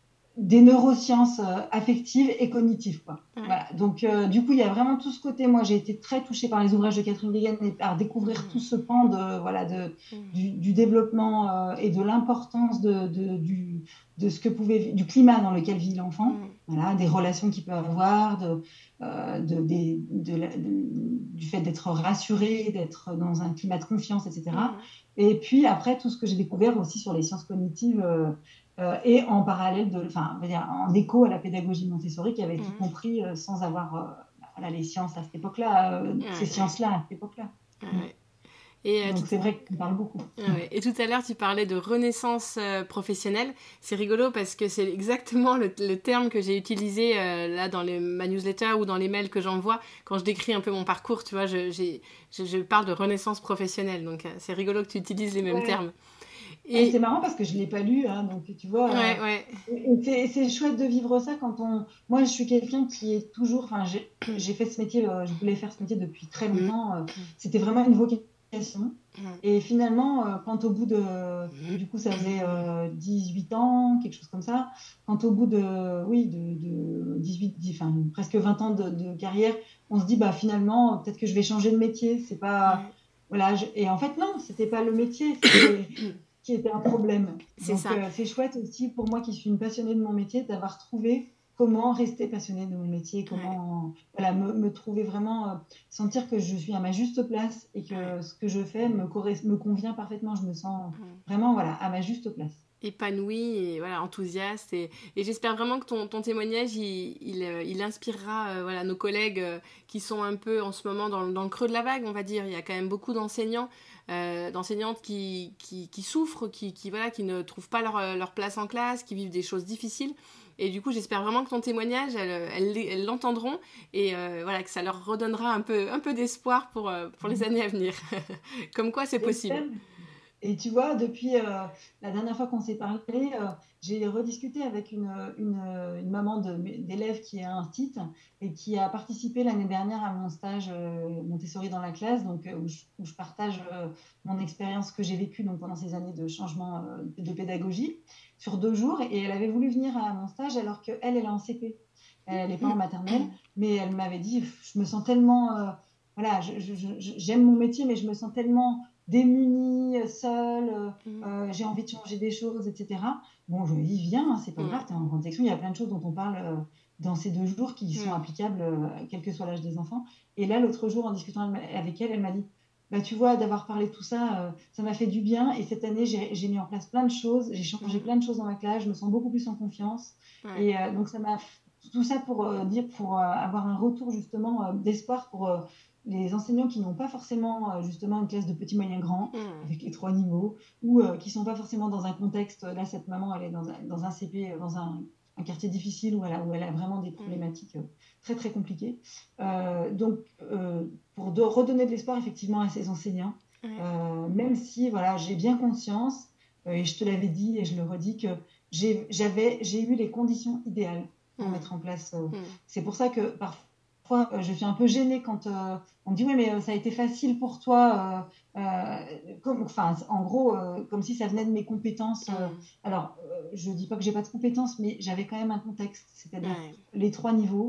des neurosciences euh, affectives et cognitives, quoi. Ouais. Voilà. Donc, euh, du coup, il y a vraiment tout ce côté. Moi, j'ai été très touchée par les ouvrages de Catherine Guéguen et par découvrir Mm. tout ce pan de, voilà, de, Mm. du, du développement euh, et de l'importance de, de, du, de ce que pouvait, du climat dans lequel vit l'enfant. Mm. Voilà, des relations qu'il peut avoir, de, euh, de, des- de la- de- du fait d'être rassuré, d'être dans un climat de confiance, et cetera. Mm. Et puis après, tout ce que j'ai découvert aussi sur les sciences cognitives euh, euh, et en parallèle, de, enfin, on va dire, en écho à la pédagogie Montessori qui avait été Mm. compris euh, sans avoir euh, bah, voilà, les sciences à cette époque-là, euh, Ouais, ces ouais. sciences-là à cette époque-là. Ouais, Mm. ouais. Et, euh, Donc tout, c'est vrai qu'on parle beaucoup. ouais. Et tout à l'heure, tu parlais de renaissance euh, professionnelle. C'est rigolo parce que c'est exactement le, le terme que j'ai utilisé euh, là dans les, ma newsletter ou dans les mails que j'envoie quand je décris un peu mon parcours. Tu vois, je, j'ai, je, je parle de renaissance professionnelle. Donc euh, c'est rigolo que tu utilises les mêmes Ouais. termes. Et c'est Et marrant parce que je ne l'ai pas lu, hein, donc tu vois, euh, ouais, ouais. et c'est c'est chouette de vivre ça quand on... Moi, je suis quelqu'un qui est toujours... Enfin, j'ai j'ai fait ce métier, euh, je voulais faire ce métier depuis très Mm. longtemps. euh, C'était vraiment une vocation. Mm. Et finalement, euh, quand au bout de... Du coup, ça faisait euh, dix-huit ans, quelque chose comme ça. Quand au bout de, oui, de, de dix-huit, dix, enfin, presque vingt ans de, de carrière, on se dit, bah finalement, peut-être que je vais changer de métier. C'est pas... Ouais. Voilà, je- et en fait, non, c'était pas le métier, c'était qui était un problème. C'est Donc, ça. euh, c'est chouette aussi pour moi qui suis une passionnée de mon métier d'avoir trouvé comment rester passionnée de mon métier, Ouais. comment voilà, me, me trouver vraiment, euh, sentir que je suis à ma juste place et que Ouais. ce que je fais me, corres- me convient parfaitement. Je me sens Mm. vraiment voilà, à ma juste place. Épanoui et voilà, enthousiaste. Et, et j'espère vraiment que ton, ton témoignage, il, il, euh, il inspirera euh, voilà, nos collègues euh, qui sont un peu en ce moment dans, dans le creux de la vague, on va dire. Il y a quand même beaucoup d'enseignants, euh, d'enseignantes qui, qui, qui souffrent, qui, qui, voilà, qui ne trouvent pas leur, leur place en classe, qui vivent des choses difficiles. Et du coup, j'espère vraiment que ton témoignage, elles, elles, elles l'entendront et euh, voilà, que ça leur redonnera un peu, un peu d'espoir pour, euh, pour les années à venir. Comme quoi, c'est possible. J'espère. Et tu vois, depuis euh, la dernière fois qu'on s'est parlé, euh, j'ai rediscuté avec une, une, une maman de- d'élève qui a un site et qui a participé l'année dernière à mon stage euh, Montessori dans la classe, donc, euh, où, je, où je partage euh, mon expérience que j'ai vécue donc, pendant ces années de changement euh, de pédagogie sur deux jours. Et elle avait voulu venir à mon stage alors qu'elle, elle est en C P. Elle n'est pas en maternelle, mais elle m'avait dit, je me sens tellement... Euh, voilà, je- je- je- j'aime mon métier, mais je me sens tellement démunie, seule, euh, Mm. euh, j'ai envie de changer des choses, et cetera. Bon, je lui dis, viens, hein, c'est pas Mm. grave, t'es en grande section, il y a plein de choses dont on parle euh, dans ces deux jours qui sont Mm. applicables, euh, quel que soit l'âge des enfants. Et là, l'autre jour, en discutant avec elle, elle m'a dit, bah, tu vois, d'avoir parlé de tout ça, euh, ça m'a fait du bien. Et cette année, j'ai j'ai mis en place plein de choses, j'ai changé Mm. plein de choses dans ma classe, je me sens beaucoup plus en confiance. Ouais. Et euh, donc, ça m'a tout ça pour euh, dire, pour euh, avoir un retour justement euh, d'espoir pour euh, les enseignants qui n'ont pas forcément euh, justement une classe de petits, moyens, grands, Mm. avec les trois niveaux, ou euh, qui sont pas forcément dans un contexte. Là, cette maman, elle est dans un, dans un C P, euh, dans un, un quartier difficile où elle, a, où elle a vraiment des problématiques euh, très très compliquées. Euh, donc, euh, pour de, redonner de l'espoir effectivement à ces enseignants, Ouais. euh, même si voilà, j'ai bien conscience, euh, et je te l'avais dit et je le redis, que j'ai, j'avais, j'ai eu les conditions idéales pour Mm. mettre en place. euh, Mm. C'est pour ça que parfois, euh, je suis un peu gênée quand euh, on me dit, oui, mais euh, ça a été facile pour toi. euh, euh, comme, enfin, en gros, euh, comme si ça venait de mes compétences. euh. Mm. Alors, euh, je dis pas que j'ai pas de compétences, mais j'avais quand même un contexte, c'est-à-dire Ouais. les trois niveaux.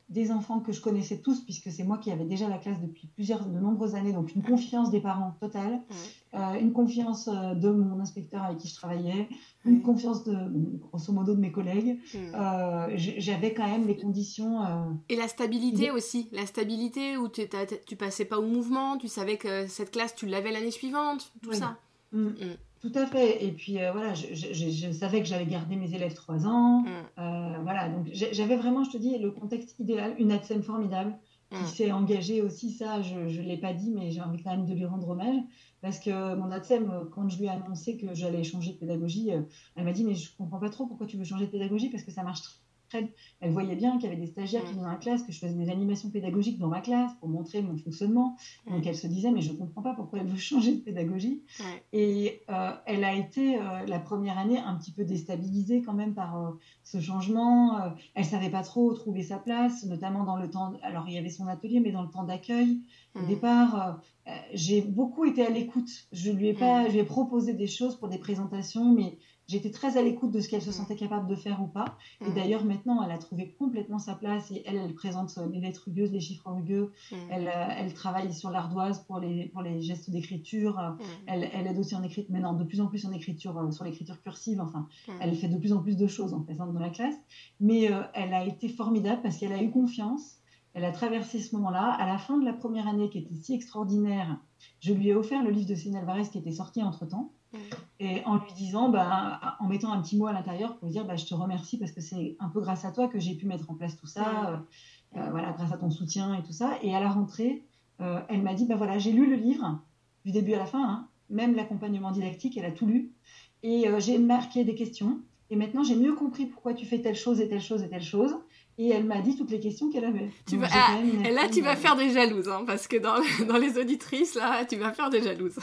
des enfants que je connaissais tous, puisque c'est moi qui avais déjà la classe depuis plusieurs, de nombreuses années, donc une confiance des parents totale, Ouais. euh, une confiance euh, de mon inspecteur avec qui je travaillais, une Ouais. confiance de, bon, grosso modo, de mes collègues. Mm. Euh, j'avais quand même les conditions... Euh, Et la stabilité de... aussi, la stabilité où tu, tu passais pas au mouvement, tu savais que cette classe, tu l'avais l'année suivante, tout oui. ça. Mm. Mm. Tout à fait. Et puis euh, voilà, je, je, je, je savais que j'allais garder mes élèves trois ans. Mm. Euh, voilà, donc j'avais vraiment, je te dis, le contexte idéal, une A T S E M formidable qui mm. s'est engagée aussi. Ça, je ne l'ai pas dit, mais j'ai envie quand même de lui rendre hommage. Parce que mon A T S E M, quand je lui ai annoncé que j'allais changer de pédagogie, euh, elle m'a dit, mais je ne comprends pas trop pourquoi tu veux changer de pédagogie, parce que ça marche très Elle voyait bien qu'il y avait des stagiaires mmh. qui venaient dans la classe, que je faisais des animations pédagogiques dans ma classe pour montrer mon fonctionnement. Mmh. Donc elle se disait, mais je ne comprends pas pourquoi elle veut changer de pédagogie. Ouais. Et euh, elle a été euh, la première année un petit peu déstabilisée quand même par euh, ce changement. Euh, elle ne savait pas trop où trouver sa place, notamment dans le temps. Alors il y avait son atelier, mais dans le temps d'accueil. Mmh. Au départ, euh, j'ai beaucoup été à l'écoute. Je lui ai pas, mmh. je lui ai proposé des choses pour des présentations, mais j'étais très à l'écoute de ce qu'elle se sentait capable de faire ou pas. Et d'ailleurs, maintenant, elle a trouvé complètement sa place. Et elle, elle présente les lettres rugueuses, les chiffres rugueux. Mmh. Elle, elle travaille sur l'ardoise pour les, pour les gestes d'écriture. Mmh. Elle, elle aide aussi en écriture, maintenant de plus en plus en écriture, sur l'écriture cursive. Enfin, mmh. elle fait de plus en plus de choses en présente dans la classe. Mais euh, elle a été formidable parce qu'elle a eu confiance. Elle a traversé ce moment-là. À la fin de la première année, qui était si extraordinaire, je lui ai offert le livre de Céline Alvarez qui était sorti entre-temps. Et en lui disant, bah, en mettant un petit mot à l'intérieur pour lui dire, bah, je te remercie parce que c'est un peu grâce à toi que j'ai pu mettre en place tout ça, euh, euh, voilà, grâce à ton soutien et tout ça. Et à la rentrée, euh, elle m'a dit, bah voilà, j'ai lu le livre du début à la fin, hein, même l'accompagnement didactique, elle a tout lu. Et euh, j'ai marqué des questions. Et maintenant, j'ai mieux compris pourquoi tu fais telle chose et telle chose et telle chose. Et elle m'a dit toutes les questions qu'elle avait. Tu vas, ah, et là, tu vas faire des jalouses, hein, parce que dans, dans les auditrices, là, tu vas faire des jalouses.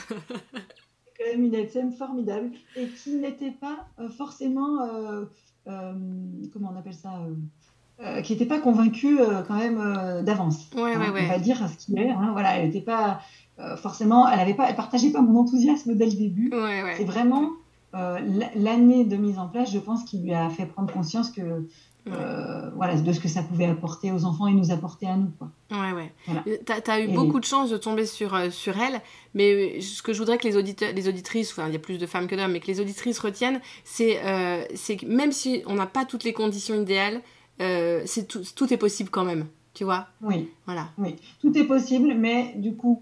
Quand même une A T S E M formidable et qui n'était pas euh, forcément, euh, euh, comment on appelle ça, euh, euh, qui n'était pas convaincue euh, quand même euh, d'avance. Ouais, hein, ouais, ouais. On va dire ce qu'il est. Hein, voilà, elle n'était pas euh, forcément, elle avait pas, elle partageait pas mon enthousiasme dès le début. Ouais, ouais. C'est vraiment euh, l'année de mise en place, je pense, qui lui a fait prendre conscience que Euh, voilà, de ce que ça pouvait apporter aux enfants et nous apporter à nous, quoi. Ouais, ouais. Voilà. T'as, t'as eu et... beaucoup de chance de tomber sur, euh, sur elle, mais ce que je voudrais que les, auditeurs, les auditrices, enfin, il y a plus de femmes que d'hommes, mais que les auditrices retiennent, c'est, euh, c'est que même si on n'a pas toutes les conditions idéales, euh, c'est tout, tout est possible quand même, tu vois. Oui. Voilà. Oui, tout est possible, mais du coup,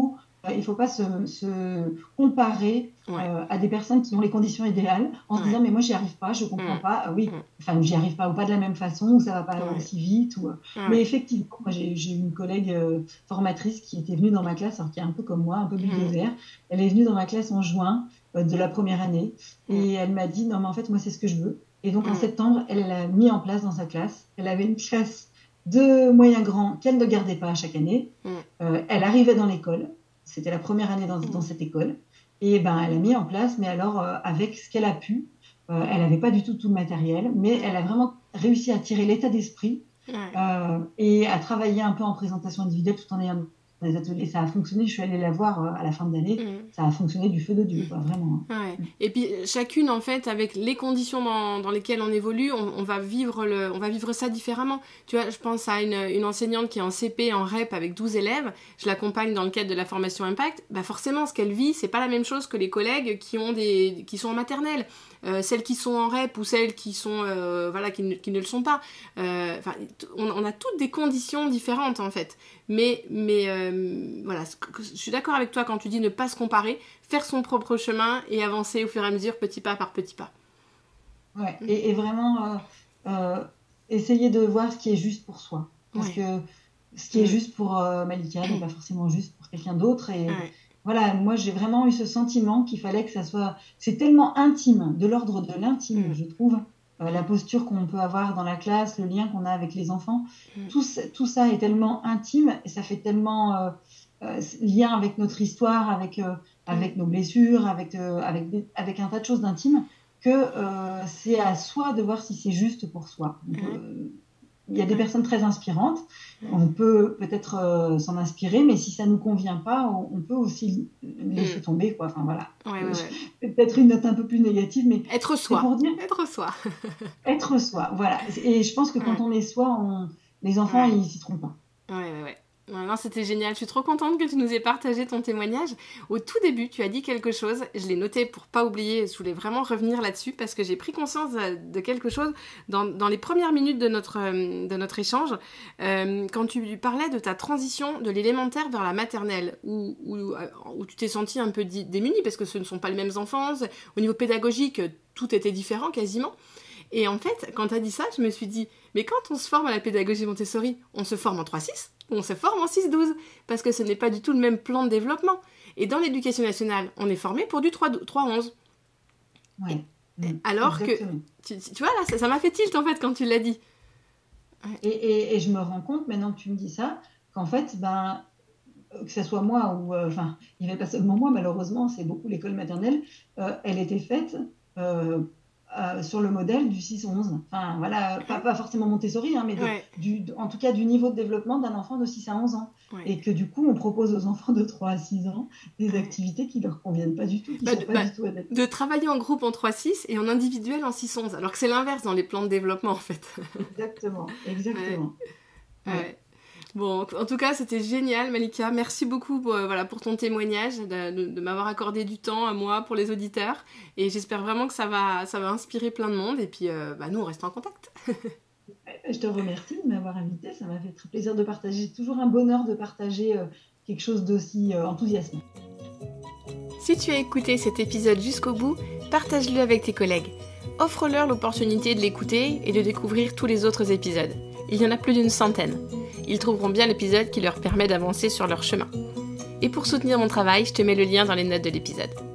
il ne faut pas se, se comparer ouais. euh, à des personnes qui ont les conditions idéales en se ouais. disant mais moi j'y arrive pas, je comprends ouais. pas, oui, ouais. enfin j'y arrive pas ou pas de la même façon, ou ça va pas ouais. aussi vite, ou... Ouais. mais effectivement, moi j'ai, j'ai eu une collègue euh, formatrice qui était venue dans ma classe, alors qui est un peu comme moi, un peu bulldozer, ouais. elle est venue dans ma classe en juin euh, de la première année ouais. et elle m'a dit non mais en fait moi c'est ce que je veux, et donc ouais. en septembre elle, elle a mis en place dans sa classe, elle avait une classe de moyens grands qu'elle ne gardait pas à chaque année, ouais. euh, elle arrivait dans l'école. C'était la première année dans, dans cette école. Et ben, elle a mis en place, mais alors euh, avec ce qu'elle a pu. Euh, elle n'avait pas du tout tout le matériel, mais elle a vraiment réussi à tirer l'état d'esprit ouais. euh, et à travailler un peu en présentation individuelle tout en ayant des ateliers. Ça a fonctionné. Je suis allée la voir euh, à la fin de l'année. Mmh. Ça a fonctionné du feu de Dieu, quoi, vraiment. Ouais. Et puis chacune, en fait, avec les conditions dans, dans lesquelles on évolue, on, on va vivre le, on va vivre ça différemment. Tu vois, je pense à une, une enseignante qui est en C P, en R E P avec douze élèves. Je l'accompagne dans le cadre de la formation Impact. Bah forcément, ce qu'elle vit, c'est pas la même chose que les collègues qui ont des, qui sont en maternelle. Euh, celles qui sont en R E P ou celles qui sont, euh, voilà, qui ne, qui ne le sont pas. Euh, enfin, on, on a toutes des conditions différentes en fait. Mais, mais euh, voilà, je suis d'accord avec toi quand tu dis ne pas se comparer, faire son propre chemin et avancer au fur et à mesure, petit pas par petit pas. Ouais, et, et vraiment euh, euh, essayer de voir ce qui est juste pour soi. Parce ouais. que ce qui est juste pour euh, Malika n'est pas forcément juste pour quelqu'un d'autre. Et ouais. voilà, moi j'ai vraiment eu ce sentiment qu'il fallait que ça soit... C'est tellement intime, de l'ordre de l'intime, mmh. je trouve. Euh, la posture qu'on peut avoir dans la classe, le lien qu'on a avec les enfants, mmh. tout, tout ça est tellement intime et ça fait tellement euh, euh, lien avec notre histoire, avec, euh, avec mmh. nos blessures, avec, euh, avec, des, avec un tas de choses d'intimes, que euh, c'est à soi de voir si c'est juste pour soi. Donc, euh, il y a des personnes très inspirantes, on peut peut-être euh, s'en inspirer, mais si ça ne nous convient pas, on, on peut aussi laisser mmh. tomber, quoi. Enfin, voilà. Ouais, ouais, ouais. Peut-être une note un peu plus négative, mais... Être soi. Pour dire... Être soi. Être soi, voilà. Et je pense que quand ouais. on est soi, on... Les enfants, Ouais. ils s'y trompent pas. Ouais, ouais, ouais. Ouais, non, c'était génial. Je suis trop contente que tu nous aies partagé ton témoignage. Au tout début, tu as dit quelque chose. Je l'ai noté pour pas oublier. Je voulais vraiment revenir là-dessus parce que j'ai pris conscience de quelque chose dans, dans les premières minutes de notre, de notre échange. Euh, quand tu parlais de ta transition de l'élémentaire vers la maternelle, où, où, où tu t'es sentie un peu démunie parce que ce ne sont pas les mêmes enfants. Au niveau pédagogique, tout était différent quasiment. Et en fait, quand tu as dit ça, je me suis dit, mais quand on se forme à la pédagogie Montessori, on se forme en trois six ou on se forme en six douze, parce que ce n'est pas du tout le même plan de développement. Et dans l'éducation nationale, on est formé pour du trois onze. Ouais. Et, alors Exactement. que, tu, tu vois, là, ça, ça m'a fait tilt en fait quand tu l'as dit. Ouais. Et, et, et je me rends compte, maintenant que tu me dis ça, qu'en fait, ben, que ce soit moi ou... Enfin, euh, il n'y avait pas seulement moi, malheureusement, c'est beaucoup l'école maternelle, euh, elle était faite... Euh, Euh, sur le modèle du six onze. Enfin, voilà, pas, pas forcément Montessori, hein, mais de, ouais. du, en tout cas du niveau de développement d'un enfant de six à onze ans. Ouais. Et que du coup, on propose aux enfants de trois à six ans des ouais. activités qui ne leur conviennent pas du tout, qui bah, sont pas bah, du tout adaptées. De travailler en groupe en trois six et en individuel en six onze, alors que c'est l'inverse dans les plans de développement, en fait. Exactement, exactement. Ouais. Ouais. Bon, en tout cas, c'était génial, Malika. Merci beaucoup pour, euh, voilà, pour ton témoignage, de, de, de m'avoir accordé du temps à moi, pour les auditeurs. Et j'espère vraiment que ça va, ça va inspirer plein de monde. Et puis, euh, bah, nous, on reste en contact. Je te remercie de m'avoir invitée. Ça m'a fait très plaisir de partager. C'est toujours un bonheur de partager euh, quelque chose d'aussi euh, enthousiasmant. Si tu as écouté cet épisode jusqu'au bout, partage-le avec tes collègues. Offre-leur l'opportunité de l'écouter et de découvrir tous les autres épisodes. Il y en a plus d'une centaine. Ils trouveront bien l'épisode qui leur permet d'avancer sur leur chemin. Et pour soutenir mon travail, je te mets le lien dans les notes de l'épisode.